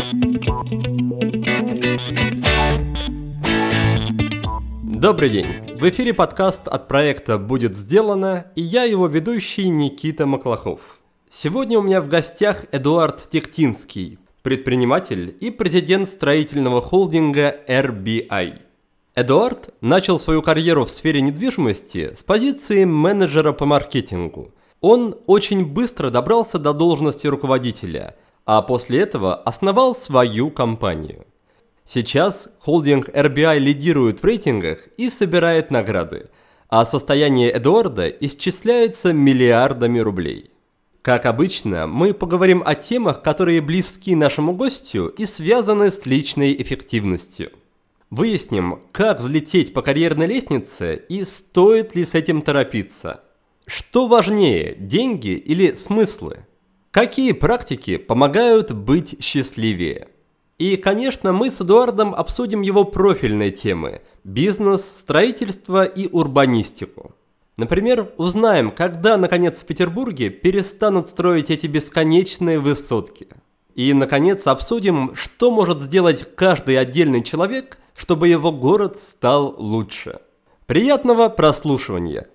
Добрый день! В эфире подкаст от проекта «Будет сделано» и я его ведущий Никита Маклахов. Сегодня у меня в гостях Эдуард Тектинский, предприниматель и президент строительного холдинга RBI. Эдуард начал свою карьеру в сфере недвижимости с позиции менеджера по маркетингу. Он очень быстро добрался до должности руководителя, а после этого основал свою компанию. Сейчас холдинг RBI лидирует в рейтингах и собирает награды, а состояние Эдуарда исчисляется миллиардами рублей. Как обычно, мы поговорим о темах, которые близки нашему гостю и связаны с личной эффективностью. Выясним, как взлететь по карьерной лестнице и стоит ли с этим торопиться. Что важнее, деньги или смыслы? Какие практики помогают быть счастливее? И, конечно, мы с Эдуардом обсудим его профильные темы – бизнес, строительство и урбанистику. Например, узнаем, когда, наконец, в Петербурге перестанут строить эти бесконечные высотки. И, наконец, обсудим, что может сделать каждый отдельный человек, чтобы его город стал лучше. Приятного прослушивания!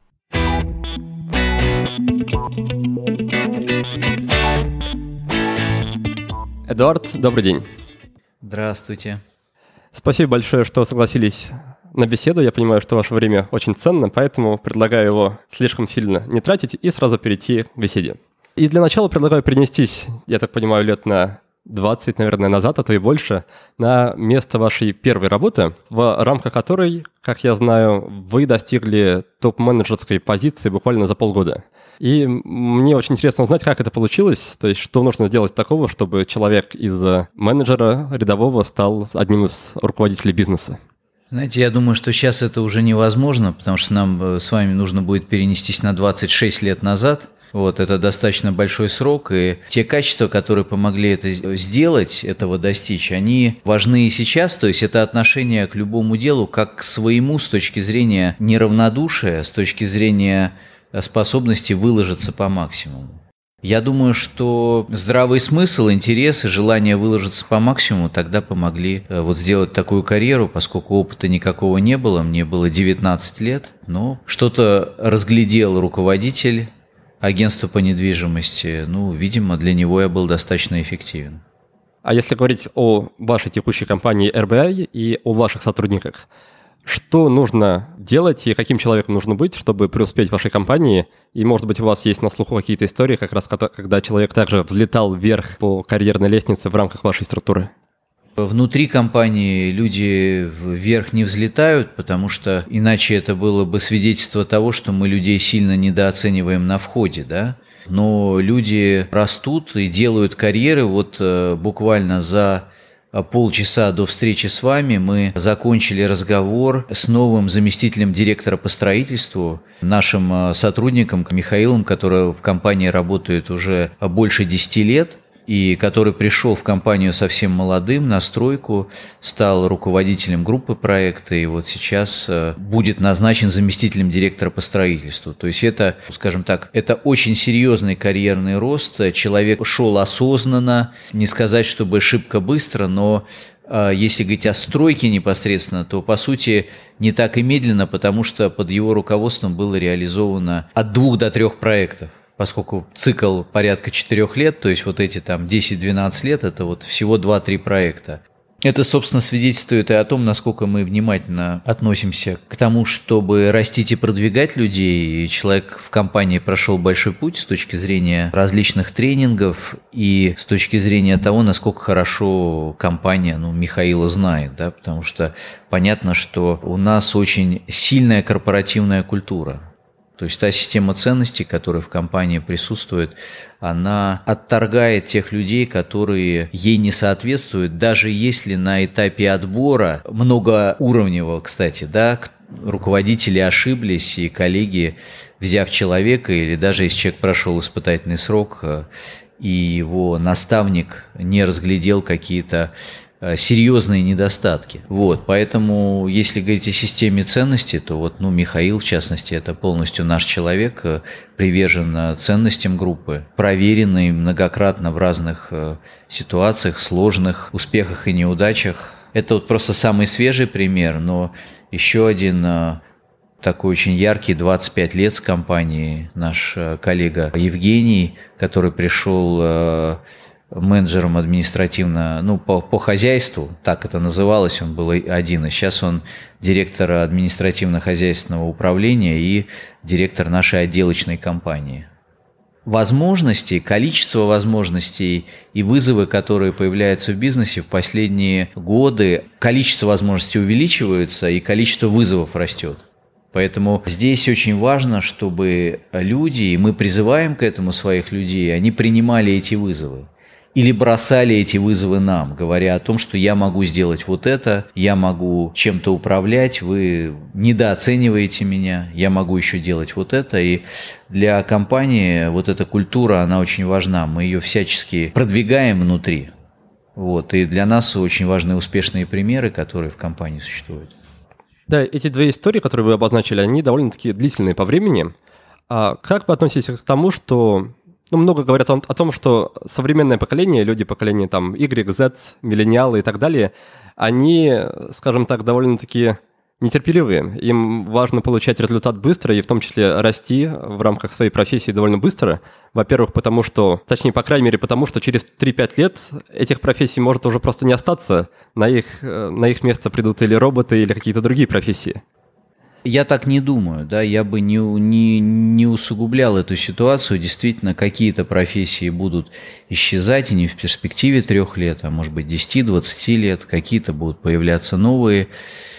Эдуард, добрый день. Здравствуйте. Спасибо большое, что согласились на беседу. Я понимаю, что ваше время очень ценно, поэтому предлагаю его слишком сильно не тратить и сразу перейти к беседе. И для начала предлагаю перенестись, я так понимаю, лет на 20, наверное, назад, а то и больше, на место вашей первой работы, в рамках которой, как я знаю, вы достигли топ-менеджерской позиции буквально за полгода. И мне очень интересно узнать, как это получилось, то есть что нужно сделать такого, чтобы человек из менеджера рядового стал одним из руководителей бизнеса. Знаете, я думаю, что сейчас это уже невозможно, потому что нам с вами нужно будет перенестись на 26 лет назад. Это достаточно большой срок, и те качества, которые помогли это сделать, этого достичь, они важны и сейчас, то есть это отношение к любому делу как к своему с точки зрения неравнодушия, с точки зрения способности выложиться по максимуму. Я думаю, что здравый смысл, интерес и желание выложиться по максимуму тогда помогли сделать такую карьеру, поскольку опыта никакого не было, мне было 19 лет, но что-то разглядел руководитель агентства по недвижимости, видимо, для него я был достаточно эффективен. А если говорить о вашей текущей компании RBI и о ваших сотрудниках, что нужно делать и каким человеком нужно быть, чтобы преуспеть в вашей компании? И, может быть, у вас есть на слуху какие-то истории, как раз когда человек также взлетал вверх по карьерной лестнице в рамках вашей структуры? Внутри компании люди вверх не взлетают, потому что иначе это было бы свидетельство того, что мы людей сильно недооцениваем на входе, да? Но люди растут и делают карьеры. Буквально за полчаса до встречи с вами мы закончили разговор с новым заместителем директора по строительству, нашим сотрудником Михаилом, который в компании работает уже больше 10 лет, и который пришел в компанию совсем молодым на стройку, стал руководителем группы проекта, и сейчас будет назначен заместителем директора по строительству. То есть это, скажем так, это очень серьезный карьерный рост. Человек шел осознанно, не сказать, чтобы шибко быстро, но если говорить о стройке непосредственно, то, по сути, не так и медленно, потому что под его руководством было реализовано от 2 до 3 проектов. Поскольку цикл порядка 4 лет, то есть эти 10-12 лет, это всего 2-3 проекта. Это, собственно, свидетельствует и о том, насколько мы внимательно относимся к тому, чтобы растить и продвигать людей. И человек в компании прошел большой путь с точки зрения различных тренингов и с точки зрения того, насколько хорошо компания Михаила знает, да, потому что понятно, что у нас очень сильная корпоративная культура. То есть та система ценностей, которая в компании присутствует, она отторгает тех людей, которые ей не соответствуют, даже если на этапе отбора, многоуровневого, кстати, да, руководители ошиблись, и коллеги, взяв человека, или даже если человек прошел испытательный срок, и его наставник не разглядел какие-то серьезные недостатки. Вот, поэтому, если говорить о системе ценностей, то вот, Михаил, в частности, это полностью наш человек, привержен ценностям группы, проверенный многократно в разных ситуациях, сложных успехах и неудачах. Это вот просто самый свежий пример, но еще один такой очень яркий, 25 лет с компанией, наш коллега Евгений, который пришел менеджером административно, по хозяйству, так это называлось, он был один, и сейчас он директор административно-хозяйственного управления и директор нашей отделочной компании. Возможности, количество возможностей и вызовы, которые появляются в бизнесе в последние годы, количество возможностей увеличивается и количество вызовов растет. Поэтому здесь очень важно, чтобы люди, и мы призываем к этому своих людей, они принимали эти вызовы. Или бросали эти вызовы нам, говоря о том, что я могу сделать вот это, я могу чем-то управлять, вы недооцениваете меня, я могу еще делать вот это. И для компании вот эта культура, она очень важна. Мы ее всячески продвигаем внутри. Вот. И для нас очень важны успешные примеры, которые в компании существуют. Да, эти две истории, которые вы обозначили, они довольно-таки длительные по времени. А как вы относитесь к тому, что много говорят о том, что современное поколение, люди поколения Y, Z, миллениалы и так далее, они, скажем так, довольно-таки нетерпеливые. Им важно получать результат быстро и в том числе расти в рамках своей профессии довольно быстро. Во-первых, по крайней мере, потому что через 3-5 лет этих профессий может уже просто не остаться. На их место придут или роботы, или какие-то другие профессии. Я так не думаю, да, я бы не усугублял эту ситуацию. Действительно, какие-то профессии будут исчезать, и не в перспективе 3 лет, а может быть 10-20 лет, какие-то будут появляться новые.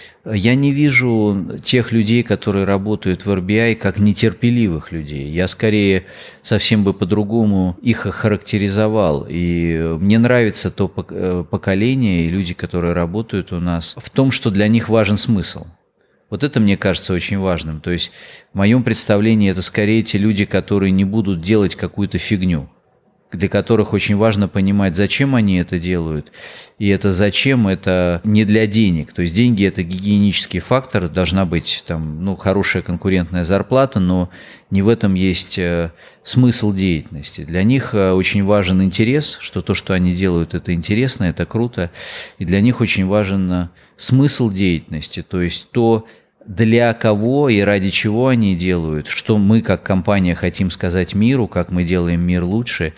Я не вижу тех людей, которые работают в RBI, как нетерпеливых людей. Я скорее совсем бы по-другому их охарактеризовал. И мне нравится то поколение и люди, которые работают у нас, в том, что для них важен смысл. Вот это, мне кажется, очень важным. То есть в моем представлении это скорее те люди, которые не будут делать какую-то фигню, для которых очень важно понимать, зачем они это делают. И это зачем, это не для денег. То есть деньги – это гигиенический фактор, должна быть хорошая конкурентная зарплата, но не в этом есть смысл деятельности. Для них очень важен интерес, что то, что они делают, это интересно, это круто. И для них очень важен смысл деятельности, то есть то, для кого и ради чего они делают, что мы как компания хотим сказать миру, как мы делаем мир лучше.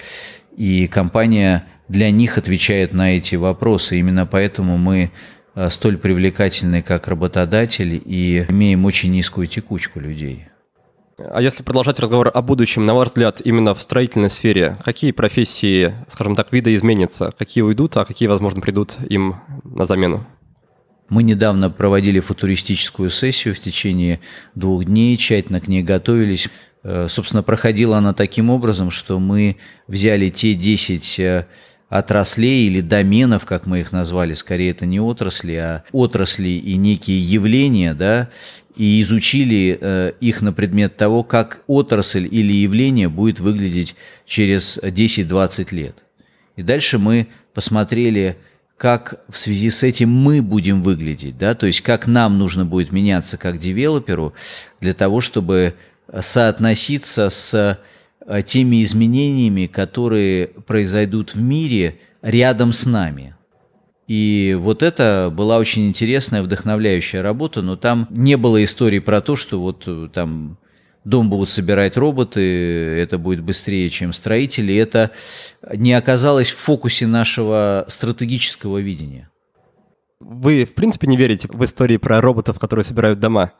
И компания для них отвечает на эти вопросы. Именно поэтому мы столь привлекательны как работодатель и имеем очень низкую текучку людей. А если продолжать разговор о будущем, на ваш взгляд, именно в строительной сфере, какие профессии, скажем так, виды изменятся? Какие уйдут, а какие, возможно, придут им на замену? Мы недавно проводили футуристическую сессию в течение 2 дней, тщательно к ней готовились. Собственно, проходила она таким образом, что мы взяли те 10 отраслей или доменов, как мы их назвали, скорее это не отрасли, а отрасли и некие явления, да, и изучили их на предмет того, как отрасль или явление будет выглядеть через 10-20 лет. И дальше мы посмотрели, как в связи с этим мы будем выглядеть, да, то есть как нам нужно будет меняться как девелоперу для того, чтобы соотноситься с теми изменениями, которые произойдут в мире рядом с нами. И вот это была очень интересная, вдохновляющая работа, но там не было истории про то, что вот там дом будут собирать роботы, это будет быстрее, чем строители. Это не оказалось в фокусе нашего стратегического видения. Вы, в принципе, не верите в истории про роботов, которые собирают дома?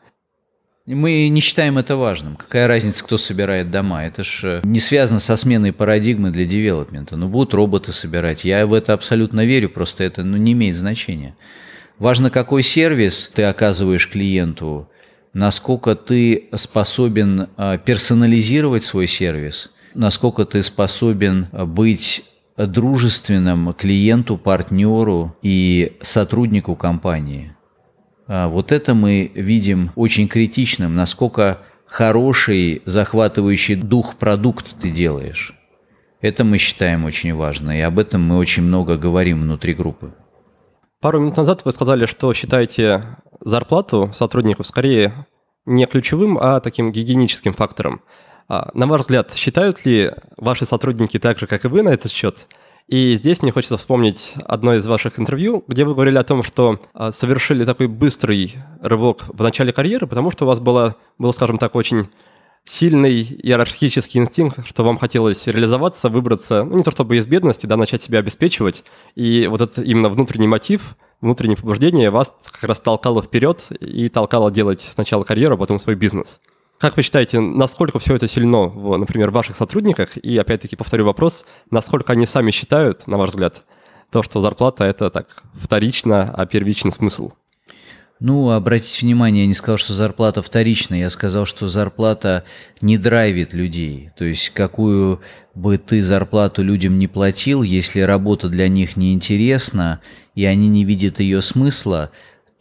Мы не считаем это важным. Какая разница, кто собирает дома? Это ж не связано со сменой парадигмы для девелопмента. Будут роботы собирать. Я в это абсолютно верю, просто это не имеет значения. Важно, какой сервис ты оказываешь клиенту, насколько ты способен персонализировать свой сервис, насколько ты способен быть дружественным клиенту, партнеру и сотруднику компании. Вот это мы видим очень критичным, насколько хороший, захватывающий дух продукт ты делаешь. Это мы считаем очень важно, и об этом мы очень много говорим внутри группы. Пару минут назад вы сказали, что считаете зарплату сотрудников скорее не ключевым, а таким гигиеническим фактором. На ваш взгляд, считают ли ваши сотрудники так же, как и вы, на этот счет? И здесь мне хочется вспомнить одно из ваших интервью, где вы говорили о том, что совершили такой быстрый рывок в начале карьеры, потому что у вас был, скажем так, очень сильный иерархический инстинкт, что вам хотелось реализоваться, выбраться, не то чтобы из бедности, да, начать себя обеспечивать. И вот этот именно внутренний мотив, внутреннее побуждение вас как раз толкало вперед и толкало делать сначала карьеру, а потом свой бизнес. Как вы считаете, насколько все это сильно, например, в ваших сотрудниках? И опять-таки повторю вопрос, насколько они сами считают, на ваш взгляд, то, что зарплата – это так вторично, а первичный смысл? Обратите внимание, я не сказал, что зарплата вторичная, я сказал, что зарплата не драйвит людей. То есть, какую бы ты зарплату людям не платил, если работа для них неинтересна, и они не видят ее смысла,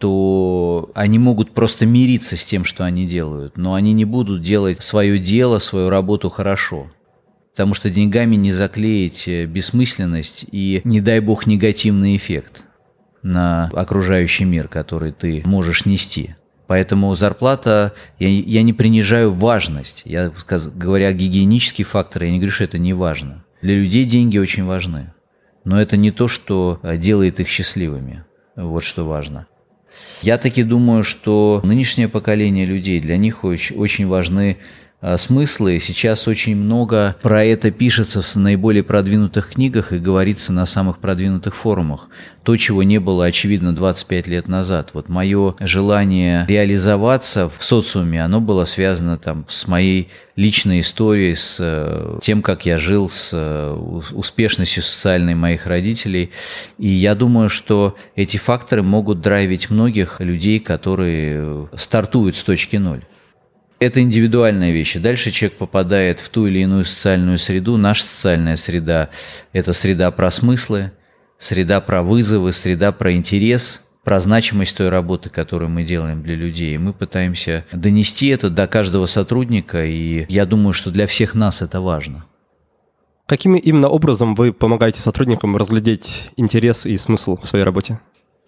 то они могут просто мириться с тем, что они делают, но они не будут делать свое дело, свою работу хорошо. Потому что деньгами не заклеить бессмысленность и, не дай бог, негативный эффект на окружающий мир, который ты можешь нести. Поэтому зарплата, я не принижаю важность. Говоря гигиенические факторы, я не говорю, что это не важно. Для людей деньги очень важны. Но это не то, что делает их счастливыми. Вот что важно. Я таки думаю, что нынешнее поколение людей, для них очень важны смыслы. Сейчас очень много про это пишется в наиболее продвинутых книгах и говорится на самых продвинутых форумах. То, чего не было, очевидно, 25 лет назад. Вот мое желание реализоваться в социуме, оно было связано с моей личной историей, с тем, как я жил, с успешностью социальной моих родителей. И я думаю, что эти факторы могут драйвить многих людей, которые стартуют с точки ноль. Это индивидуальная вещь. Дальше человек попадает в ту или иную социальную среду. Наша социальная среда – это среда про смыслы, среда про вызовы, среда про интерес, про значимость той работы, которую мы делаем для людей. И мы пытаемся донести это до каждого сотрудника, и я думаю, что для всех нас это важно. Каким именно образом вы помогаете сотрудникам разглядеть интерес и смысл в своей работе?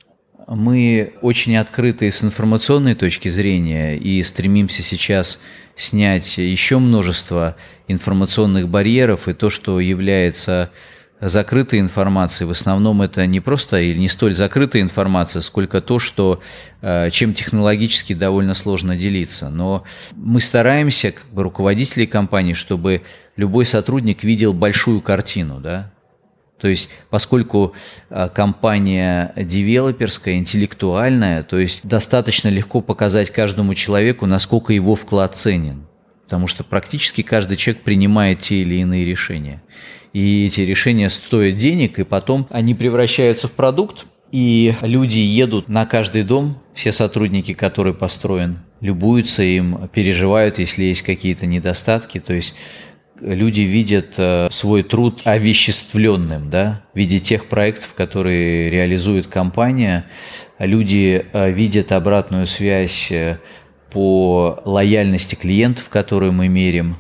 Мы очень открыты с информационной точки зрения и стремимся сейчас снять еще множество информационных барьеров, и то, что является закрытой информацией, в основном это не просто или не столь закрытая информация, сколько то, чем технологически довольно сложно делиться. Но мы стараемся, руководители компании, чтобы любой сотрудник видел большую картину, да? То есть, поскольку компания девелоперская, интеллектуальная, то есть достаточно легко показать каждому человеку, насколько его вклад ценен. Потому что практически каждый человек принимает те или иные решения. И эти решения стоят денег, и потом они превращаются в продукт, и люди едут на каждый дом, все сотрудники, который построен, любуются им, переживают, если есть какие-то недостатки. То есть люди видят свой труд овеществленным, да, в виде тех проектов, которые реализует компания. Люди видят обратную связь по лояльности клиентов, которую мы мерим.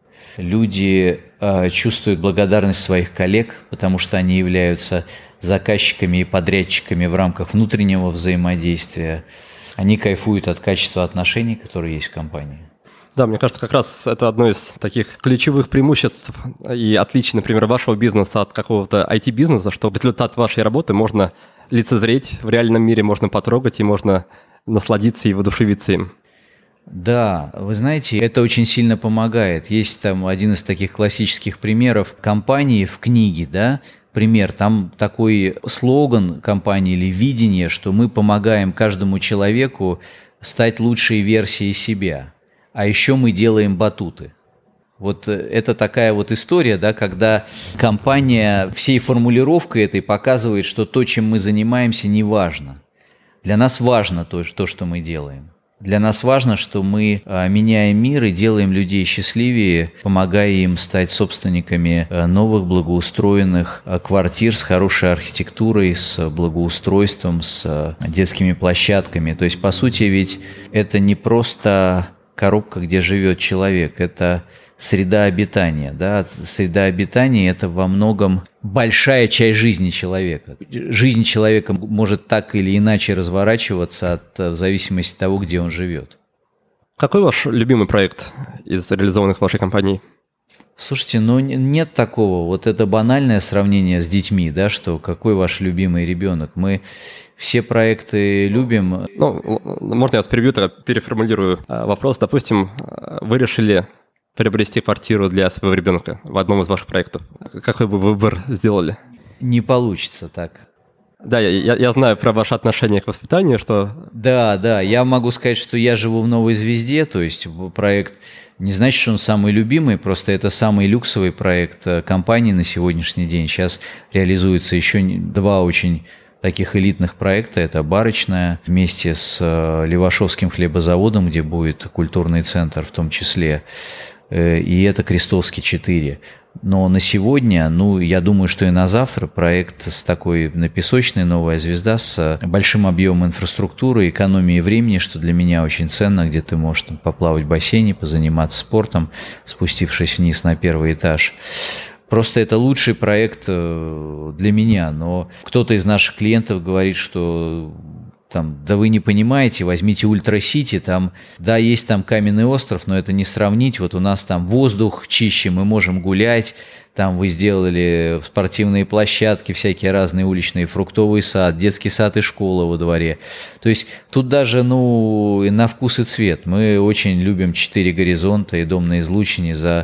Люди чувствуют благодарность своих коллег, потому что они являются заказчиками и подрядчиками в рамках внутреннего взаимодействия. Они кайфуют от качества отношений, которые есть в компании. Да, мне кажется, как раз это одно из таких ключевых преимуществ и отличий, например, вашего бизнеса от какого-то IT-бизнеса, что результат вашей работы можно лицезреть в реальном мире, можно потрогать и можно насладиться и воодушевиться им. Да, вы знаете, это очень сильно помогает. Есть там один из таких классических примеров компании в книге, да, пример, там такой слоган компании или видение, что мы помогаем каждому человеку стать лучшей версией себя. А еще мы делаем батуты. Вот это такая вот история, да, когда компания всей формулировкой этой показывает, что то, чем мы занимаемся, не важно. Для нас важно то, что мы делаем. Для нас важно, что мы меняем мир и делаем людей счастливее, помогая им стать собственниками новых благоустроенных квартир с хорошей архитектурой, с благоустройством, с детскими площадками. То есть, по сути, ведь это не просто коробка, где живет человек, это среда обитания. Да? Среда обитания – это во многом большая часть жизни человека. Жизнь человека может так или иначе разворачиваться в зависимости от того, где он живет. Какой ваш любимый проект из реализованных в вашей компании? Слушайте, нет такого. Вот это банальное сравнение с детьми, да, что какой ваш любимый ребенок. Мы все проекты любим. Можно я вас перебью, переформулирую вопрос. Допустим, вы решили приобрести квартиру для своего ребенка в одном из ваших проектов. Какой бы выбор сделали? Не получится так. Да, я знаю про ваше отношение к воспитанию, что... Да, я могу сказать, что я живу в «Новой звезде», то есть проект не значит, что он самый любимый, просто это самый люксовый проект компании на сегодняшний день. Сейчас реализуется еще 2 очень таких элитных проекта. Это «Барочная» вместе с Левашовским хлебозаводом, где будет культурный центр в том числе, и это «Крестовский 4». Но на сегодня, я думаю, что и на завтра проект с такой на Песочной «Новая звезда» с большим объемом инфраструктуры, экономией времени, что для меня очень ценно, где ты можешь поплавать в бассейне, позаниматься спортом, спустившись вниз на 1-й этаж. Просто это лучший проект для меня, но кто-то из наших клиентов говорит, что да вы не понимаете, возьмите Ультра-Сити, есть там каменный остров, но это не сравнить, вот у нас там воздух чище, мы можем гулять, там вы сделали спортивные площадки, всякие разные уличные, фруктовый сад, детский сад и школа во дворе. То есть тут даже, на вкус и цвет. Мы очень любим 4 горизонта и дом на излучине за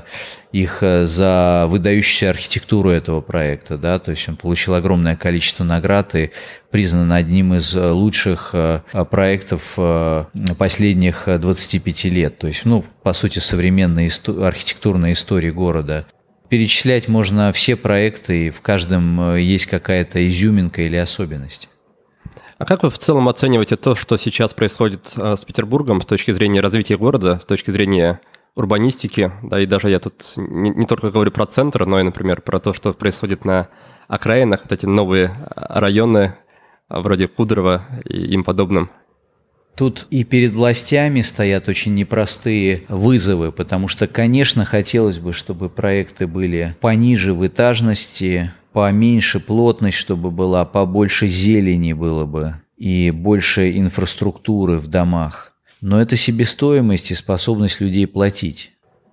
выдающуюся архитектуру этого проекта, да, то есть он получил огромное количество наград и признан одним из лучших проектов последних 25 лет, то есть, по сути, современной архитектурной истории города. Перечислять можно все проекты, и в каждом есть какая-то изюминка или особенность. А как вы в целом оцениваете то, что сейчас происходит с Петербургом с точки зрения развития города, с точки зрения урбанистики, да, и даже я тут не только говорю про центр, но и, например, про то, что происходит на окраинах, вот эти новые районы, вроде Кудрово и им подобным. Тут и перед властями стоят очень непростые вызовы, потому что, конечно, хотелось бы, чтобы проекты были пониже в этажности, поменьше плотность, чтобы была, побольше зелени было бы и больше инфраструктуры в домах. Но это себестоимость и способность людей платить.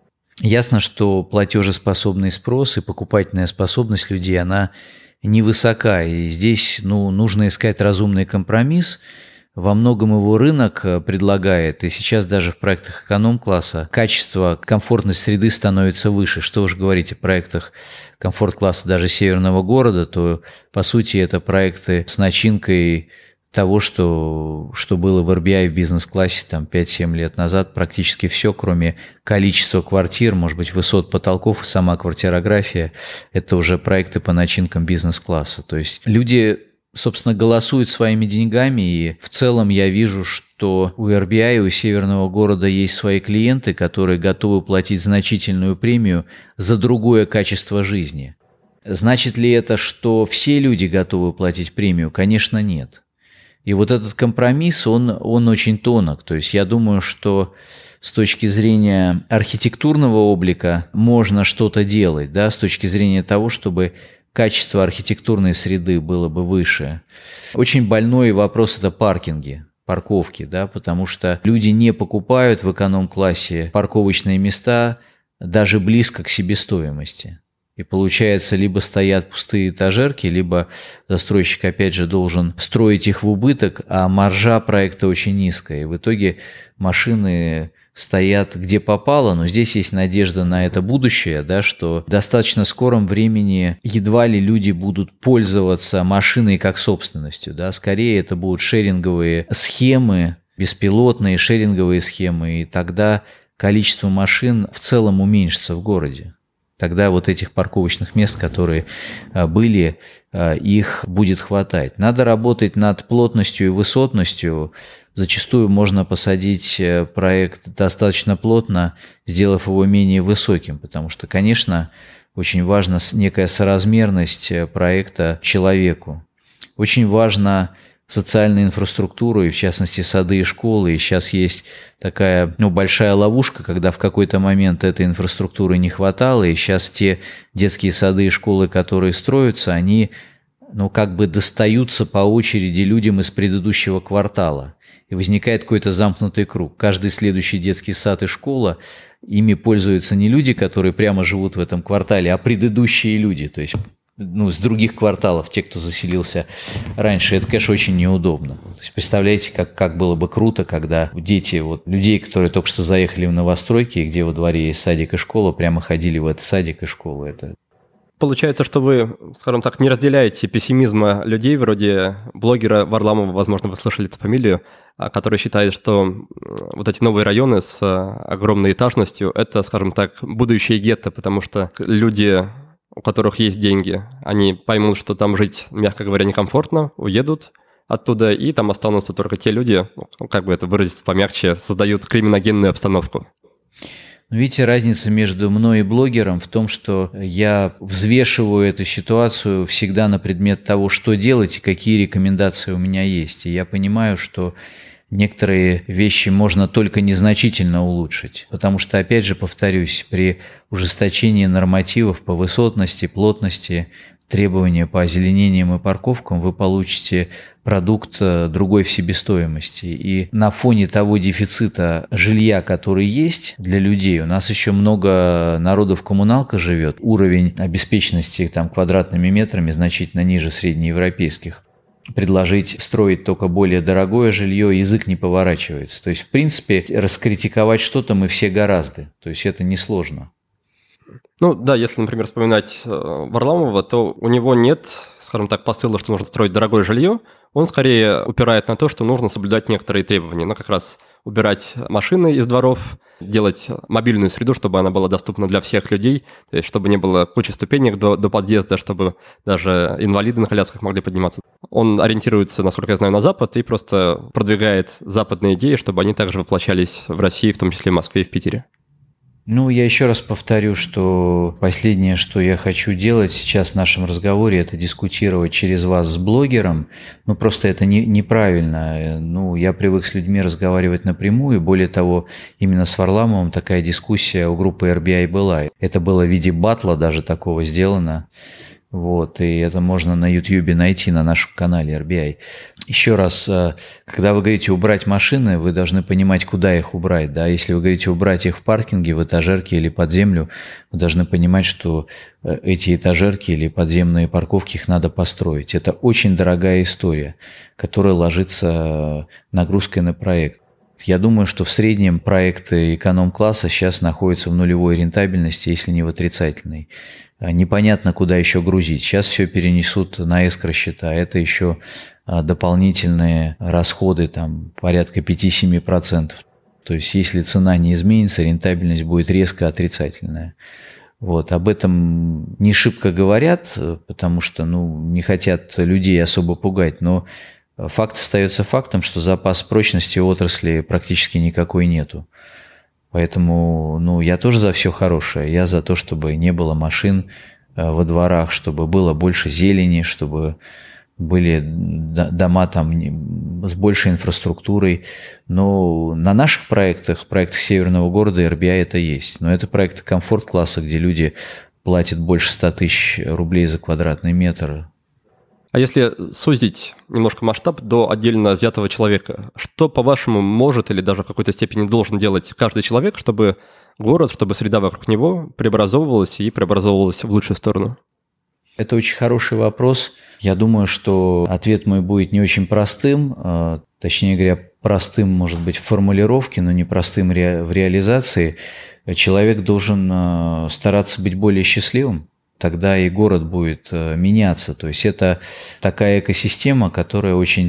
Ясно, что платежеспособный спрос и покупательная способность людей, она невысока. И здесь нужно искать разумный компромисс. Во многом его рынок предлагает, и сейчас даже в проектах эконом-класса качество, комфортность среды становится выше. Что уж говорить о проектах комфорт-класса даже северного города, то, по сути, это проекты с начинкой того, что было в RBI в бизнес-классе 5-7 лет назад, практически все, кроме количества квартир, может быть, высот потолков и сама квартирография, это уже проекты по начинкам бизнес-класса. То есть люди, собственно, голосуют своими деньгами, и в целом я вижу, что у RBI, у северного города есть свои клиенты, которые готовы платить значительную премию за другое качество жизни. Значит ли это, что все люди готовы платить премию? Конечно, нет. И вот этот компромисс, он очень тонок. То есть я думаю, что с точки зрения архитектурного облика можно что-то делать, да, с точки зрения того, чтобы качество архитектурной среды было бы выше. Очень больной вопрос – это паркинги, парковки, да, потому что люди не покупают в эконом-классе парковочные места даже близко к себестоимости. И получается, либо стоят пустые этажерки, либо застройщик, опять же, должен строить их в убыток, а маржа проекта очень низкая. И в итоге машины стоят где попало, но здесь есть надежда на это будущее, да, что в достаточно скором времени едва ли люди будут пользоваться машиной как собственностью. Да. Скорее это будут шеринговые схемы, беспилотные шеринговые схемы, и тогда количество машин в целом уменьшится в городе. Тогда вот этих парковочных мест, которые были, их будет хватать. Надо работать над плотностью и высотностью. Зачастую можно посадить проект достаточно плотно, сделав его менее высоким, потому что, конечно, очень важна некая соразмерность проекта человеку. Очень важно социальной инфраструктуру, и в частности сады и школы. И сейчас есть такая большая ловушка, когда в какой-то момент этой инфраструктуры не хватало, и сейчас те детские сады и школы, которые строятся, они как бы достаются по очереди людям из предыдущего квартала. И возникает какой-то замкнутый круг. Каждый следующий детский сад и школа, ими пользуются не люди, которые прямо живут в этом квартале, а предыдущие люди, то есть с других кварталов, те, кто заселился раньше. Это, конечно, очень неудобно. То есть представляете, как было бы круто, когда дети людей, которые только что заехали в новостройки, где во дворе есть садик и школа, прямо ходили в этот садик и школу. Получается, что вы, скажем так, не разделяете пессимизма людей вроде блогера Варламова, возможно, вы слышали эту фамилию, который считает, что вот эти новые районы с огромной этажностью – это, скажем так, будущее гетто, потому что люди, у которых есть деньги, они поймут, что там жить, мягко говоря, некомфортно, уедут оттуда, и там останутся только те люди, как бы это выразить помягче, создают криминогенную обстановку. Видите, разница между мной и блогером в том, что я взвешиваю эту ситуацию всегда на предмет того, что делать и какие рекомендации у меня есть. И я понимаю, что некоторые вещи можно только незначительно улучшить. Потому что, опять же, повторюсь, при ужесточении нормативов по высотности, плотности, требования по озеленениям и парковкам вы получите продукт другой в себестоимости. И на фоне того дефицита жилья, который есть для людей, у нас еще много народу в коммуналках живет, уровень обеспеченности квадратными метрами значительно ниже среднеевропейских. Предложить строить только более дорогое жилье, язык не поворачивается. То есть, в принципе, раскритиковать что-то мы все гораздо. То есть, это несложно. Да, если, например, вспоминать Варламова, то у него нет, скажем так, посыла, что нужно строить дорогое жилье. Он скорее упирает на то, что нужно соблюдать некоторые требования. Как раз убирать машины из дворов, делать мобильную среду, чтобы она была доступна для всех людей, то есть чтобы не было кучи ступенек до подъезда, чтобы даже инвалиды на колясках могли подниматься. Он ориентируется, насколько я знаю, на Запад и просто продвигает западные идеи, чтобы они также воплощались в России, в том числе в Москве и в Питере. Я еще раз повторю, что последнее, что я хочу делать сейчас в нашем разговоре, это дискутировать через вас с блогером. Просто это неправильно. Я привык с людьми разговаривать напрямую. Более того, именно с Варламовым такая дискуссия у группы RBI была. Это было в виде батла даже такого сделано. И это можно на YouTube найти на нашем канале RBI. Еще раз, когда вы говорите убрать машины, вы должны понимать, куда их убрать. Да? Если вы говорите убрать их в паркинге, в этажерке или под землю, вы должны понимать, что эти этажерки или подземные парковки их надо построить. Это очень дорогая история, которая ложится нагрузкой на проект. Я думаю, что в среднем проекты эконом-класса сейчас находятся в нулевой рентабельности, если не в отрицательной. Непонятно, куда еще грузить. Сейчас все перенесут на эскро-счета. Это еще дополнительные расходы, порядка 5-7%. То есть, если цена не изменится, рентабельность будет резко отрицательная. Об этом не шибко говорят, потому что не хотят людей особо пугать, но факт остается фактом, что запас прочности отрасли практически никакой нету. Поэтому, я тоже за все хорошее. Я за то, чтобы не было машин во дворах, чтобы было больше зелени, чтобы были дома с большей инфраструктурой. Но на наших проектах Северного города RBI это есть. Но это проекты комфорт-класса, где люди платят больше 100 тысяч рублей за квадратный метр. А если сузить немножко масштаб до отдельно взятого человека, что, по-вашему, может или даже в какой-то степени должен делать каждый человек, чтобы город, чтобы среда вокруг него преобразовывалась и преобразовывалась в лучшую сторону? Это очень хороший вопрос. Я думаю, что ответ мой будет не очень простым, точнее говоря, простым, может быть, в формулировке, но не простым в реализации. Человек должен стараться быть более счастливым. Тогда и город будет меняться. То есть это такая экосистема, которая очень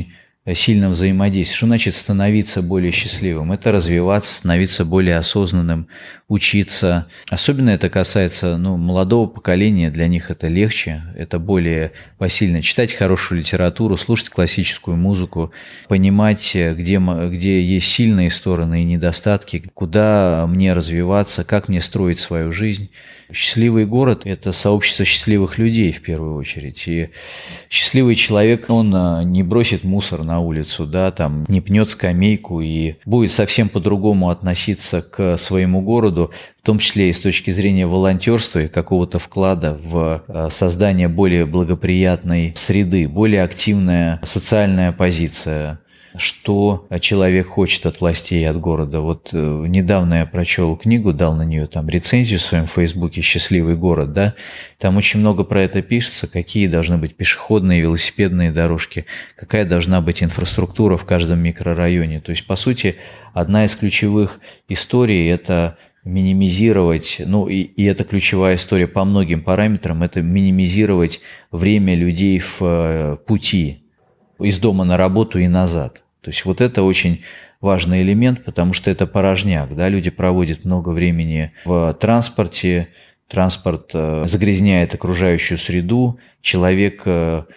сильно взаимодействовать. Что значит становиться более счастливым? Это развиваться, становиться более осознанным, учиться. Особенно это касается молодого поколения, для них это легче, это более посильно. Читать хорошую литературу, слушать классическую музыку, понимать, где есть сильные стороны и недостатки, куда мне развиваться, как мне строить свою жизнь. Счастливый город – это сообщество счастливых людей в первую очередь. И счастливый человек, он не бросит мусор на улицу, не пнет скамейку и будет совсем по-другому относиться к своему городу, в том числе и с точки зрения волонтерства и какого-то вклада в создание более благоприятной среды, более активная социальная позиция. Что человек хочет от властей и от города. Недавно я прочел книгу, дал на нее рецензию в своем фейсбуке «Счастливый город», Там очень много про это пишется, какие должны быть пешеходные, велосипедные дорожки, какая должна быть инфраструктура в каждом микрорайоне. То есть, по сути, одна из ключевых историй – это минимизировать, и это ключевая история по многим параметрам, это минимизировать время людей в пути из дома на работу и назад. То есть это очень важный элемент, потому что это порожняк. Люди проводят много времени в транспорте, транспорт загрязняет окружающую среду, человек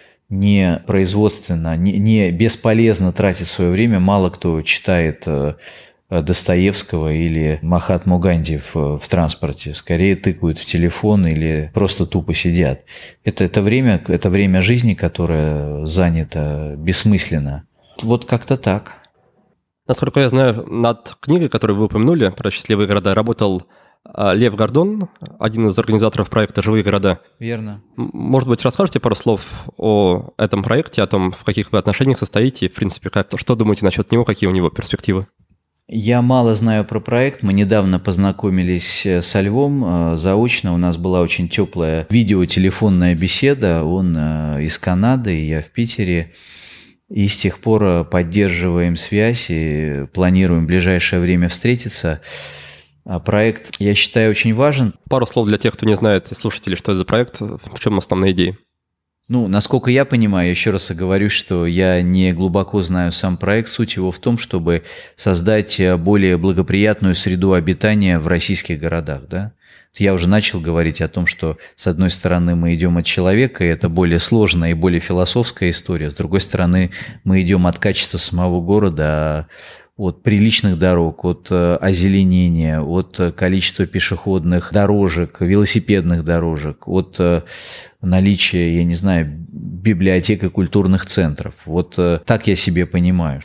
не производственно, не бесполезно тратит свое время, мало кто читает Достоевского или Махатму Ганди в транспорте, скорее тыкают в телефон или просто тупо сидят. Это время жизни, которое занято бессмысленно. Как-то так. Насколько я знаю, над книгой, которую вы упомянули, про счастливые города, работал Лев Гордон, один из организаторов проекта «Живые города». Верно. Может быть, расскажете пару слов о этом проекте, о том, в каких вы отношениях состоите, и, в принципе, что думаете насчет него, какие у него перспективы? Я мало знаю про проект. Мы недавно познакомились со Львом заочно. У нас была очень теплая видеотелефонная беседа. Он из Канады, я в Питере. И с тех пор поддерживаем связь и планируем в ближайшее время встретиться. Проект, я считаю, очень важен. Пару слов для тех, кто не знает, слушателей, что это за проект, в чем основная идея? Насколько я понимаю, еще раз оговорюсь, что я не глубоко знаю сам проект. Суть его в том, чтобы создать более благоприятную среду обитания в российских городах, Я уже начал говорить о том, что, с одной стороны, мы идем от человека, и это более сложная и более философская история. С другой стороны, мы идем от качества самого города, от приличных дорог, от озеленения, от количества пешеходных дорожек, велосипедных дорожек, от наличия, библиотек и культурных центров. Так я себе понимаю.